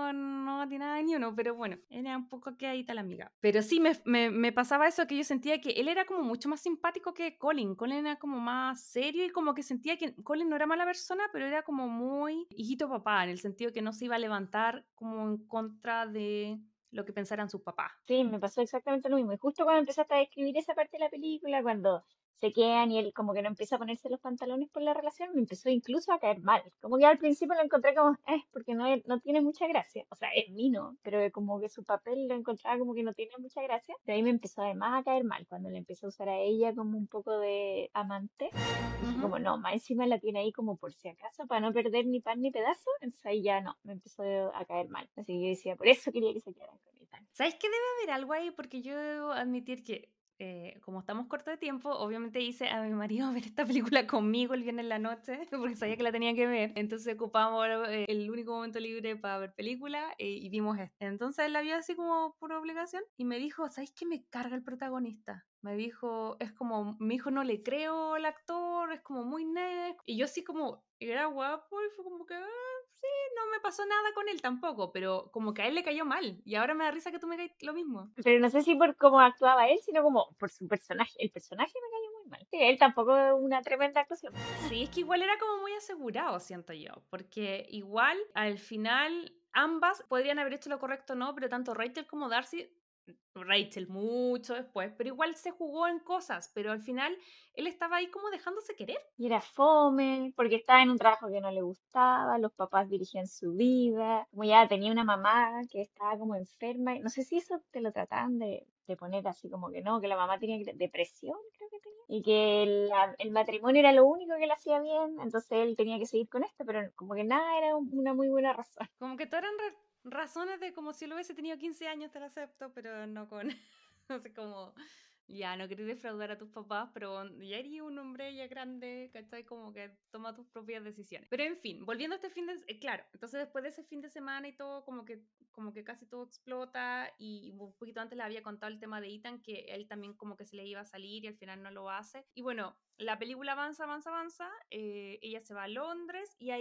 no tiene nada ni uno, pero bueno, era un poco quedadita la amiga. Pero sí, me pasaba eso, que yo sentía que él era como mucho más simpático que Colin. Colin era como más serio y como que sentía que Colin no era mala persona, pero era como muy hijito papá, en el sentido que no se iba a levantar como en contra de lo que pensaran sus papás.
Sí, me pasó exactamente lo mismo. Y justo cuando empezaste a describir esa parte de la película, cuando se quedan y él como que no empieza a ponerse los pantalones por la relación, me empezó incluso a caer mal. Como que al principio lo encontré como, porque no tiene mucha gracia. O sea, es Mino, pero como que su papel lo encontraba como que no tiene mucha gracia. De ahí me empezó además a caer mal cuando le empezó a usar a ella como un poco de amante. Dije
Ujú.
como, no, más encima la tiene ahí como por si acaso, para no perder ni pan ni pedazo. Entonces ahí ya no, me empezó a caer mal. Así que yo decía, por eso quería que se quedaran con Ethan.
¿Sabes qué? Debe haber algo ahí porque yo debo admitir que como estamos cortos de tiempo, obviamente hice a mi marido ver esta película conmigo el viernes en la noche porque sabía que la tenía que ver. Entonces ocupamos el único momento libre para ver película y vimos esto. Entonces él la vio así como por obligación y me dijo, ¿sabes qué? Me carga el protagonista. Me dijo, es como, mi hijo no le creo al actor, es como muy nerd. Y yo así como, era guapo y fue como que, sí, no me pasó nada con él tampoco, pero como que a él le cayó mal. Y ahora me da risa que tú me caes lo mismo.
Pero no sé si por cómo actuaba él, sino como por su personaje. El personaje me cayó muy mal. Sí, él tampoco es una tremenda actuación.
Sí, es que igual era como muy asegurado, siento yo, porque igual al final ambas podrían haber hecho lo correcto o no, pero tanto Rachel como Darcy, Rachel mucho después, pero igual se jugó en cosas, pero al final él estaba ahí como dejándose querer.
Y era fome, porque estaba en un trabajo que no le gustaba, los papás dirigían su vida, como ya tenía una mamá que estaba como enferma, y no sé si eso te lo trataban de poner así como que no, que la mamá tenía depresión, creo que tenía, y que el matrimonio era lo único que le hacía bien, entonces él tenía que seguir con esto, pero como que nada era una muy buena razón.
Como que todas eran razones de como si lo hubiese tenido 15 años, te lo acepto, pero no con, no sé, como, ya, no querés defraudar a tus papás, pero ya eres un hombre ya grande, ¿cachai? Como que toma tus propias decisiones. Pero en fin, volviendo a este fin de, claro, entonces después de ese fin de semana y todo, como que casi todo explota y un poquito antes le había contado el tema de Ethan, que él también como que se le iba a salir y al final no lo hace. Y bueno, la película avanza, avanza, avanza, ella se va a Londres y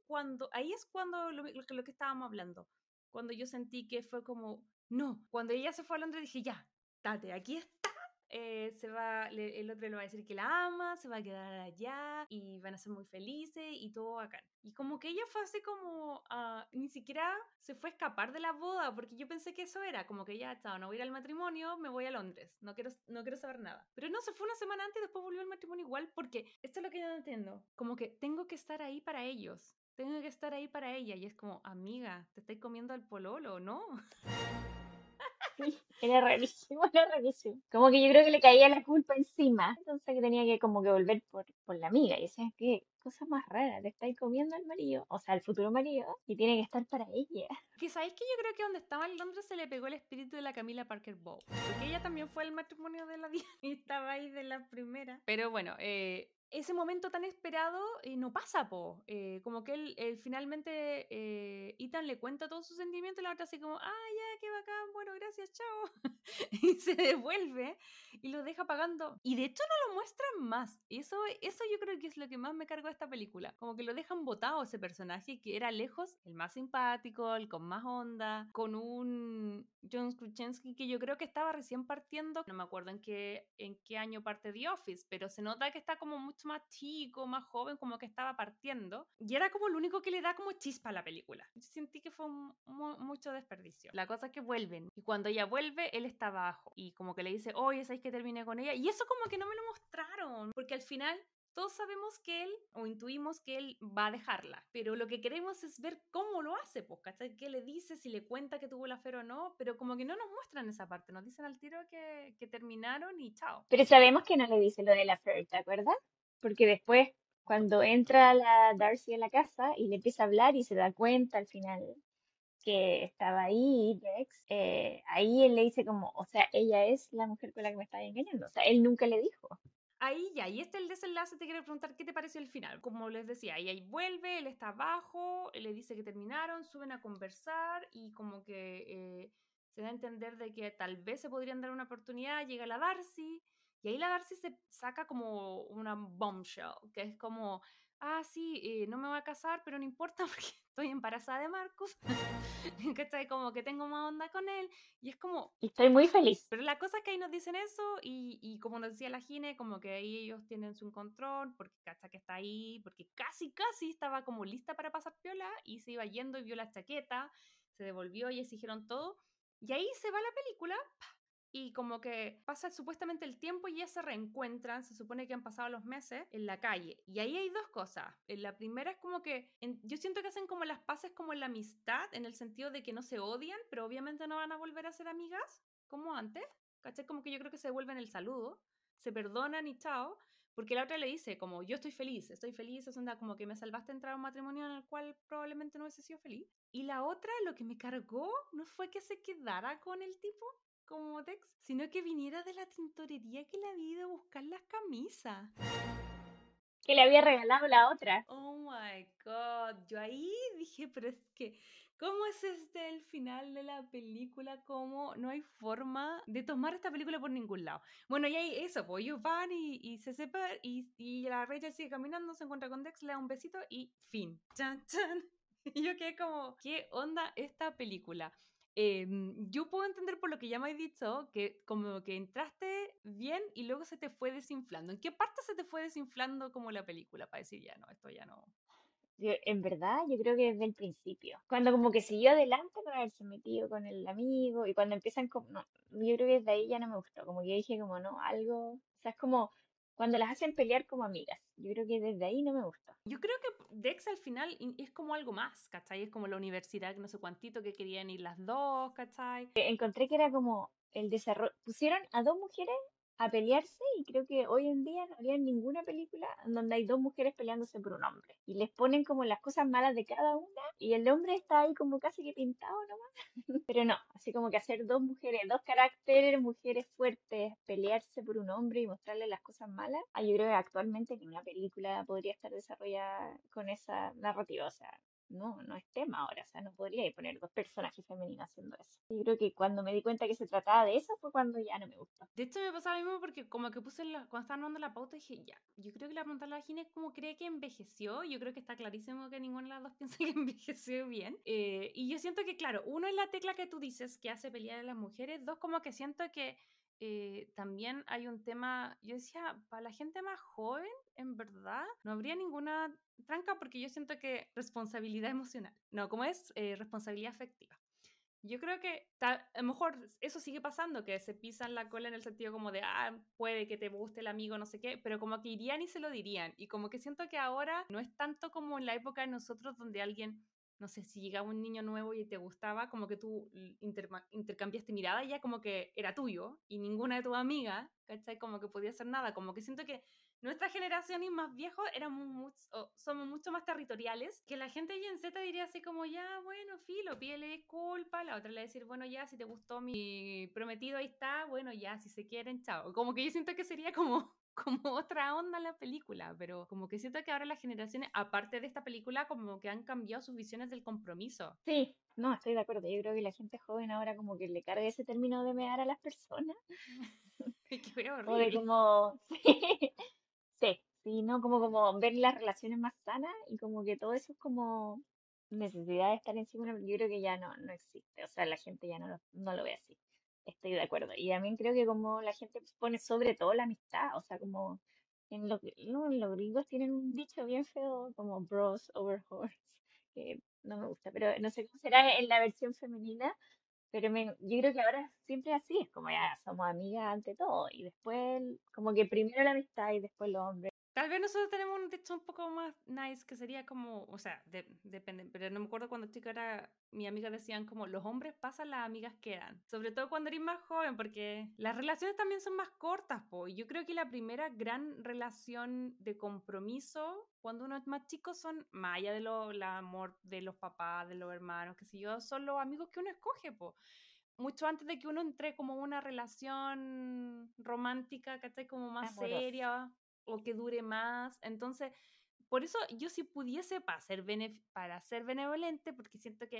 ahí es cuando lo que estábamos hablando, cuando yo sentí que fue como, no, cuando ella se fue a Londres dije, ya, date, aquí está, se va, el otro le va a decir que la ama, se va a quedar allá y van a ser muy felices y todo bacán. Y como que ella fue así como, ni siquiera se fue a escapar de la boda, porque yo pensé que eso era, como que ya, chao, no voy a ir al matrimonio, me voy a Londres, no quiero saber nada. Pero no, se fue una semana antes y después volvió al matrimonio igual, porque esto es lo que yo no entiendo, como que tengo que estar ahí para ellos. Tengo que estar ahí para ella. Y es como, amiga, te estáis comiendo al pololo, ¿no?
Sí, era rarísimo, era rarísimo. Como que yo creo que le caía la culpa encima. Entonces que tenía que como que volver por la amiga. Y decía, qué cosa más rara, te estáis comiendo al marido, o sea, al futuro marido, y tiene que estar para ella.
Que sabéis que yo creo que donde estaba en Londres se le pegó el espíritu de la Camila Parker Bowles. Porque ella también fue al matrimonio de la Diana y estaba ahí de la primera. Pero bueno, ese momento tan esperado no pasa, po. Como que él finalmente, Ethan le cuenta todos sus sentimientos y la otra así como, ya, qué bacán, bueno, gracias, chao. Y se devuelve y lo deja pagando. Y de hecho no lo muestran más. Eso yo creo que es lo que más me cargó de esta película. Como que lo dejan botado ese personaje que era lejos el más simpático, el con más onda, con un John Krasinski que yo creo que estaba recién partiendo. No me acuerdo en qué año parte The Office, pero se nota que está como mucho más chico, más joven, como que estaba partiendo. Y era como lo único que le da como chispa a la película. Yo sentí que fue mucho desperdicio. La cosa es que vuelven. Y cuando ella vuelve, él está abajo. Y como que le dice, oye, ¿sabes que terminé con ella? Y eso como que no me lo mostraron. Porque al final todos sabemos que él, o intuimos que él va a dejarla, pero lo que queremos es ver cómo lo hace, pues, ¿cachai? ¿Qué le dice? Si le cuenta que tuvo el affair o no, pero como que no nos muestran esa parte, nos dicen al tiro que terminaron y chao.
Pero sabemos que no le dice lo de la Fer, ¿te acuerdas? Porque después, cuando entra la Darcy a la casa y le empieza a hablar y se da cuenta al final que estaba ahí, Dex, ahí él le dice como, o sea, ella es la mujer con la que me estaba engañando. O sea, él nunca le dijo.
Ahí ya, y el desenlace, te quiero preguntar qué te pareció el final. Como les decía, ahí vuelve, él está abajo, él le dice que terminaron, suben a conversar y como que se da a entender de que tal vez se podrían dar una oportunidad, llega la Darcy y ahí la Darcy se saca como una bombshell, que es como, sí, no me voy a casar, pero no importa porque estoy embarazada de Marcus, ¿cachai? Como que tengo más onda con él, y es como,
Y estoy muy feliz.
pero la cosa es que ahí nos dicen eso, y como nos decía la Gine, como que ahí ellos tienen su control, porque cacha que está ahí, porque casi estaba como lista para pasar piola, y se iba yendo y vio la chaqueta, se devolvió y exigieron todo, y ahí se va la película, y como que pasa supuestamente el tiempo y ya se reencuentran, se supone que han pasado los meses en la calle. Y ahí hay dos cosas. La primera es como que yo siento que hacen como las paces como en la amistad, en el sentido de que no se odian, pero obviamente no van a volver a ser amigas como antes. ¿Cachai? Como que yo creo que se devuelven el saludo, se perdonan y chao. Porque la otra le dice como, yo estoy feliz, es onda como que me salvaste de entrar a un matrimonio en el cual probablemente no hubiese sido feliz. Y la otra, lo que me cargó, no fue que se quedara con el tipo, como Dex, sino que viniera de la tintorería que le había ido a buscar las camisas.
Que le había regalado la otra.
Oh my God, yo ahí dije, pero es que, ¿cómo es el final de la película? ¿Cómo no hay forma de tomar esta película por ningún lado? Bueno, y ahí eso, pues ellos van y se separan y la Rachel sigue caminando, se encuentra con Dex, le da un besito y fin. Chan, chan. Y yo quedé como, ¿qué onda esta película? Yo puedo entender por lo que ya me has dicho que como que entraste bien y luego se te fue desinflando. ¿En qué parte se te fue desinflando como la película para decir ya no, esto ya no?
En verdad, yo creo que desde el principio. Cuando como que siguió adelante con haberse metido con el amigo y cuando empiezan como, no, yo creo que desde ahí ya no me gustó. Como que dije como, no, algo, o sea, es como cuando las hacen pelear como amigas. Yo creo que desde ahí no me gustó.
Yo creo que Dex al final es como algo más, ¿cachai? Es como la universidad, que no sé cuantito, que querían ir las dos, ¿cachai?
Encontré que era como el desarrollo, pusieron a dos mujeres a pelearse y creo que hoy en día no había ninguna película en donde hay dos mujeres peleándose por un hombre. Y les ponen como las cosas malas de cada una y el hombre está ahí como casi que pintado nomás. Pero no, así como que hacer dos mujeres, dos caracteres, mujeres fuertes, pelearse por un hombre y mostrarle las cosas malas. Yo creo que actualmente ni una película podría estar desarrollada con esa narrativa. O sea, no es tema ahora. O sea, no podría poner dos personajes femeninos haciendo eso. Yo creo que cuando me di cuenta que se trataba de eso fue cuando ya no me gustó.
De hecho, me pasaba lo mismo porque como que puse, cuando estaban dando la pauta, dije, ya, yo creo que la pregunta a la Gine es cómo cree que envejeció. Yo creo que está clarísimo que ninguna de las dos piensa que envejeció bien. Y yo siento que, claro, uno es la tecla que tú dices que hace pelear a las mujeres. Dos, como que siento que también hay un tema, yo decía, para la gente más joven, en verdad, no habría ninguna tranca porque yo siento que responsabilidad emocional, no, como es responsabilidad afectiva. Yo creo que a lo mejor eso sigue pasando, que se pisan la cola en el sentido como de, puede que te guste el amigo, no sé qué, pero como que irían y se lo dirían. Y como que siento que ahora no es tanto como en la época de nosotros donde alguien, no sé, si llegaba un niño nuevo y te gustaba, como que tú intercambiaste mirada y ya como que era tuyo y ninguna de tus amigas, ¿cachai? Como que podía hacer nada. Como que siento que nuestra generación y más viejos somos mucho más territoriales, que la gente en Z diría así como, ya, bueno, filo, pídele disculpa, la otra le va a decir, bueno, ya, si te gustó mi prometido, ahí está, bueno, ya, si se quieren, chao. Como que yo siento que sería como, como otra onda la película, pero como que siento que ahora las generaciones, aparte de esta película, como que han cambiado sus visiones del compromiso.
Sí, no, estoy de acuerdo. Yo creo que la gente joven ahora como que le carga ese término de mear a las personas.
Que fue
O de
horrible.
como, sí, ¿no? Como ver las relaciones más sanas y como que todo eso es como necesidad de estar encima. Yo creo que ya no existe. O sea, la gente ya no lo ve así. Estoy de acuerdo. Y también creo que como la gente pone sobre todo la amistad. O sea, como no, los gringos tienen un dicho bien feo como bros over horse, que no me gusta, pero no sé cómo será en la versión femenina. Pero yo creo que ahora siempre así, es como ya somos amigas ante todo y después como que primero la amistad y después los hombres.
Tal vez nosotros tenemos un dicho un poco más nice, que sería como, o sea, depende, pero no me acuerdo cuando chica era, mi amiga decían como, los hombres pasan, las amigas quedan. Sobre todo cuando eres más joven, porque las relaciones también son más cortas, po. Y yo creo que la primera gran relación de compromiso, cuando uno es más chico, son, más allá de el amor de los papás, de los hermanos, qué sé yo, son los amigos que uno escoge, po, mucho antes de que uno entre como una relación romántica, ¿cachai? Como más
Amorosos.
seria o que dure más. Entonces, por eso yo si pudiese para ser benevolente, porque siento que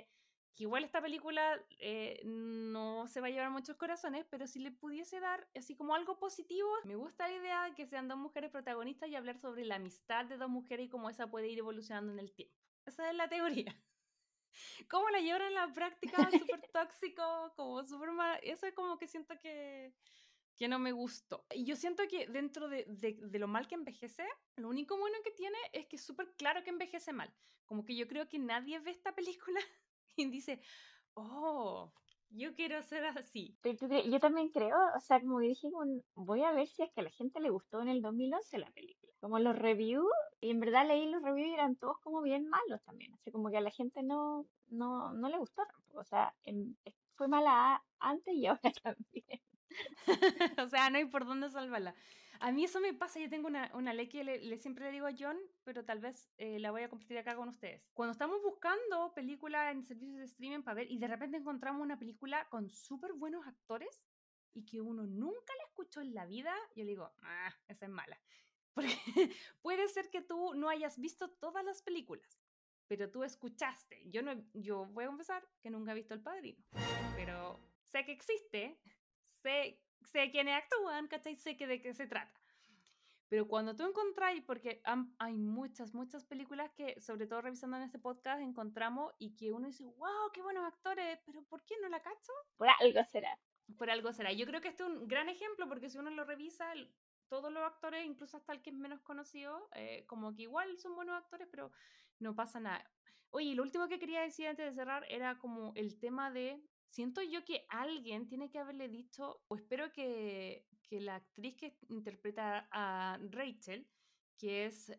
que igual esta película no se va a llevar muchos corazones, pero si le pudiese dar así como algo positivo, me gusta la idea de que sean dos mujeres protagonistas y hablar sobre la amistad de dos mujeres y cómo esa puede ir evolucionando en el tiempo. Esa es la teoría. Cómo la llevan en la práctica, súper tóxico, como súper mal. Eso es como que siento que no me gustó. Y yo siento que dentro de lo mal que envejece, lo único bueno que tiene es que es súper claro que envejece mal. Como que yo creo que nadie ve esta película y dice, oh, yo quiero ser así.
Pero yo también creo, o sea, como dije, voy a ver si es que a la gente le gustó en el 2011 la película. Como los reviews, y en verdad leí los reviews y eran todos como bien malos también. Así como que a la gente no le gustó tampoco. O sea, fue mala antes y ahora también.
O sea, no hay por dónde salvarla. A mí eso me pasa, yo tengo una ley que siempre le digo a John, pero tal vez la voy a compartir acá con ustedes. Cuando estamos buscando películas en servicios de streaming para ver y de repente encontramos una película con súper buenos actores y que uno nunca la escuchó en la vida, yo le digo, esa es mala. Porque puede ser que tú no hayas visto todas las películas, pero tú escuchaste. Yo voy a confesar que nunca he visto El Padrino, pero sé que existe, sé quiénes actúan, ¿cachai? Sé que de qué se trata. Pero cuando tú encontráis, porque hay muchas películas que, sobre todo revisando en este podcast, encontramos y que uno dice, wow, qué buenos actores, pero ¿por qué no la cacho?
Por algo será.
Por algo será. Yo creo que este es un gran ejemplo porque si uno lo revisa, todos los actores, incluso hasta el que es menos conocido, como que igual son buenos actores, pero no pasa nada. Oye, lo último que quería decir antes de cerrar era como el tema de, siento yo que alguien tiene que haberle dicho, o espero que la actriz que interpreta a Rachel, que es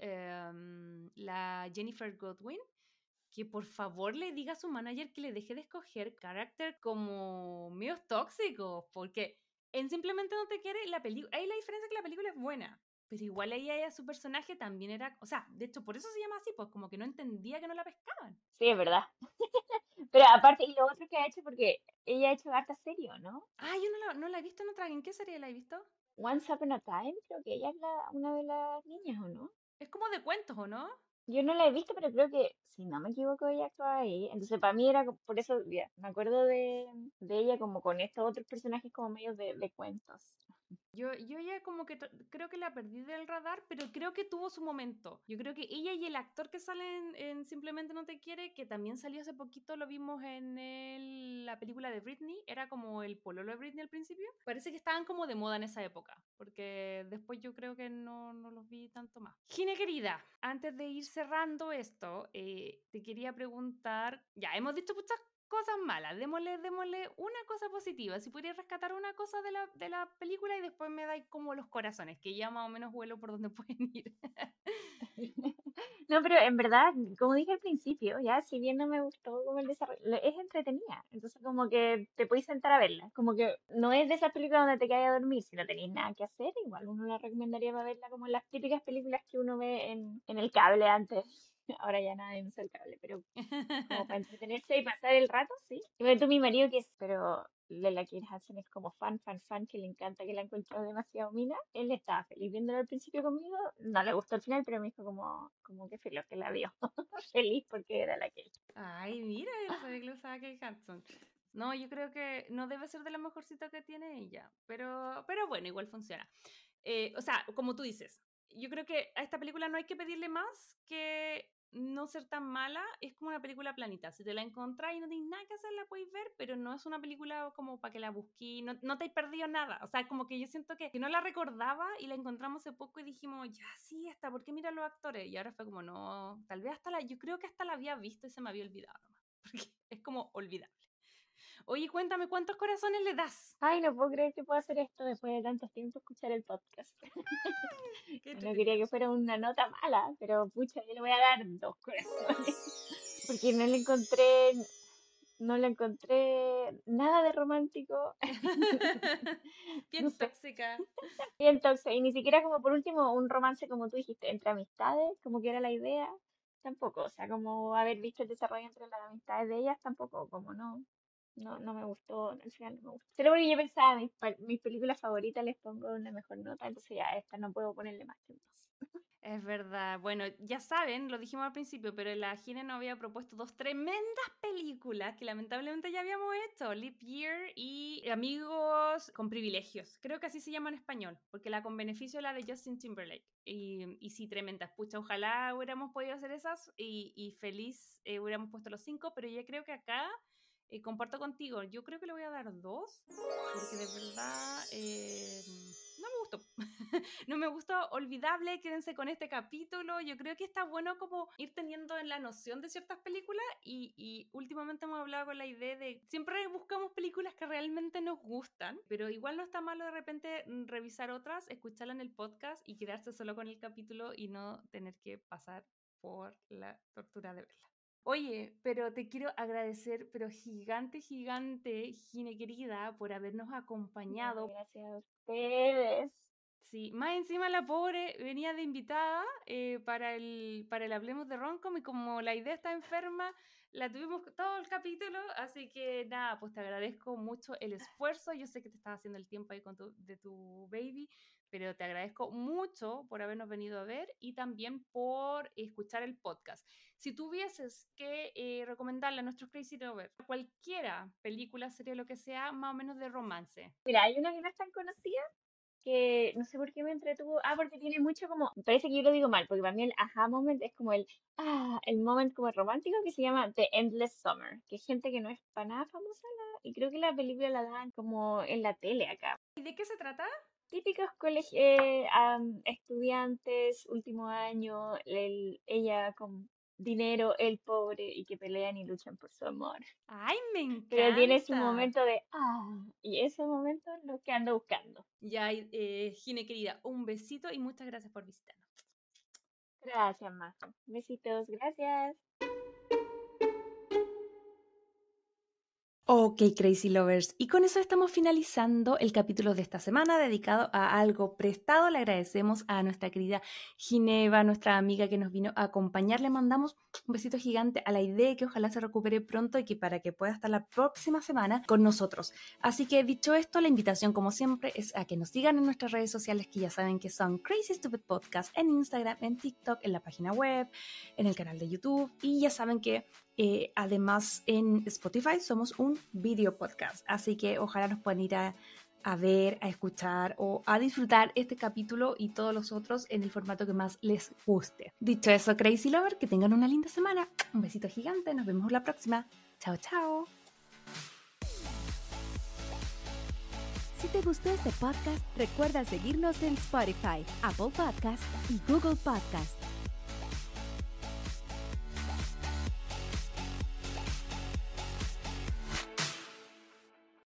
la Jennifer Godwin, que por favor le diga a su manager que le deje de escoger carácter como medios tóxicos, porque en Simplemente No Te Quiere, la película, hay la diferencia que la película es buena, pero igual ella su personaje también era, o sea, de hecho por eso se llama así, pues como que no entendía que no la pescaban.
Sí, es verdad. Pero aparte, y lo otro que ha hecho, porque ella ha hecho harta serie, ¿no?
Yo no la he visto en otra, ¿en qué serie la he visto?
Once Upon a Time, creo que ella es una de las niñas, ¿o no?
Es como de cuentos, ¿o no?
Yo no la he visto, pero creo que, si no me equivoco, ella actuaba ahí. Entonces, para mí era por eso, ya, me acuerdo de ella como con estos otros personajes como medios de cuentos.
Yo ya como que creo que la perdí del radar, pero creo que tuvo su momento. Yo creo que ella y el actor que sale en Simplemente No Te Quiere, que también salió hace poquito, lo vimos en la película de Britney, era como el pololo de Britney al principio. Parece que estaban como de moda en esa época, porque después yo creo que no los vi tanto más. Gine querida, antes de ir cerrando esto, te quería preguntar, ya hemos dicho muchas cosas malas, démosle una cosa positiva. Si pudieras rescatar una cosa de la película y después me dais como los corazones, que ya más o menos vuelo por donde pueden ir.
No, pero en verdad, como dije al principio, ya, si bien no me gustó como el desarrollo, es entretenida. Entonces, como que te podéis sentar a verla. Como que no es de esas películas donde te quedas a dormir. Si no tenéis nada que hacer, igual uno la recomendaría para verla como las típicas películas que uno ve en el cable antes. Ahora ya nadie usa el cable, pero como para entretenerse y pasar el rato, sí. Y bueno, tú, mi marido, que es, pero la Kate Hudson es como fan, que le encanta, que la encontró demasiado mina. Él estaba feliz viéndola al principio conmigo, no le gustó el final, pero me dijo como que feliz que la vio. Feliz porque era la Kate.
Ay, mira, yo no sabía que le usaba Kate Hudson. No, yo creo que no debe ser de lo mejorcito que tiene ella, pero bueno, igual funciona. O sea, como tú dices, yo creo que a esta película no hay que pedirle más que no ser tan mala. Es como una película planita. Si te la encontrás y no tienes nada que hacer, la podéis ver, pero no es una película como para que la busquís. No te has perdido nada. O sea, como que yo siento que no la recordaba y la encontramos hace poco y dijimos, ya sí, hasta, ¿por qué miran los actores? Y ahora fue como, no, tal vez yo creo que hasta la había visto y se me había olvidado nomás. Porque es como olvidable. Oye, cuéntame, ¿cuántos corazones le das?
Ay, no puedo creer que pueda hacer esto después de tantos tiempo escuchar el podcast.
Qué
No quería
entretenido.
que fuera una nota mala, pero pucha, yo le voy a dar 2 corazones. Porque no le encontré nada de romántico. No
Bien
sé.
tóxica.
Y entonces, y ni siquiera como por último un romance como tú dijiste, entre amistades, como que era la idea, tampoco. O sea, como haber visto el desarrollo entre las amistades de ellas, tampoco, como no me gustó, al final no me gustó. Solo porque yo pensaba, mis películas favoritas les pongo una mejor nota, entonces ya a esta no puedo ponerle más que un 2.
Es verdad. Bueno, ya saben, lo dijimos al principio, pero la Gine nos había propuesto 2 tremendas películas que lamentablemente ya habíamos hecho, Leap Year y Amigos con Privilegios. Creo que así se llama en español, porque la con beneficio es la de Justin Timberlake. Y sí, tremendas. Pucha, ojalá hubiéramos podido hacer esas y feliz hubiéramos puesto los 5, pero yo creo que acá comparto contigo. Yo creo que le voy a dar 2, porque de verdad no me gustó. No me gustó, olvidable, quédense con este capítulo. Yo creo que está bueno como ir teniendo en la noción de ciertas películas y últimamente hemos hablado con la idea de siempre buscamos películas que realmente nos gustan, pero igual no está malo de repente revisar otras, escucharla en el podcast y quedarse solo con el capítulo y no tener que pasar por la tortura de verla. Oye, pero te quiero agradecer, pero gigante, gigante, Gine querida, por habernos
No,
acompañado.
gracias a ustedes.
Sí, más encima la pobre venía de invitada para el Hablemos de Roncom y como la idea está enferma, la tuvimos todo el capítulo, así que nada, pues te agradezco mucho el esfuerzo. Yo sé que te estás haciendo el tiempo ahí de tu baby, pero te agradezco mucho por habernos venido a ver y también por escuchar el podcast. Si tuvieses que recomendarle a nuestros Crazy Lovers cualquiera película, serie, lo que sea, más o menos de romance.
Mira, hay una que no es tan conocida que no sé por qué me entretuvo. Ah, porque tiene mucho como, me parece que yo lo digo mal, porque para mí el aha moment es como el moment como romántico que se llama The Endless Summer, que es gente que no es para nada famosa y creo que la película la dan como en la tele acá.
¿Y de qué se trata?
Típicos estudiantes, último año, ella con dinero, él pobre, y que pelean y luchan por su amor.
¡Ay, me
Pero tiene su
encanta!
momento y ese momento es lo que ando buscando.
Ya, Gine querida, un besito y muchas gracias por visitarnos.
Gracias, Majo. Besitos, gracias.
Ok, Crazy Lovers, y con eso estamos finalizando el capítulo de esta semana dedicado a algo prestado. Le agradecemos a nuestra querida Gineva, nuestra amiga que nos vino a acompañar. Le mandamos un besito gigante a la idea que ojalá se recupere pronto y que para que pueda estar la próxima semana con nosotros. Así que dicho esto, la invitación como siempre es a que nos sigan en nuestras redes sociales que ya saben que son Crazy Stupid Podcast en Instagram, en TikTok, en la página web, en el canal de YouTube y ya saben que además en Spotify somos un video podcast, así que ojalá nos puedan ir a ver, a escuchar o a disfrutar este capítulo y todos los otros en el formato que más les guste. Dicho eso, Crazy Lover, que tengan una linda semana. Un besito gigante, nos vemos la próxima. Chao, chao.
Si te gustó este podcast, recuerda seguirnos en Spotify, Apple Podcast y Google Podcast.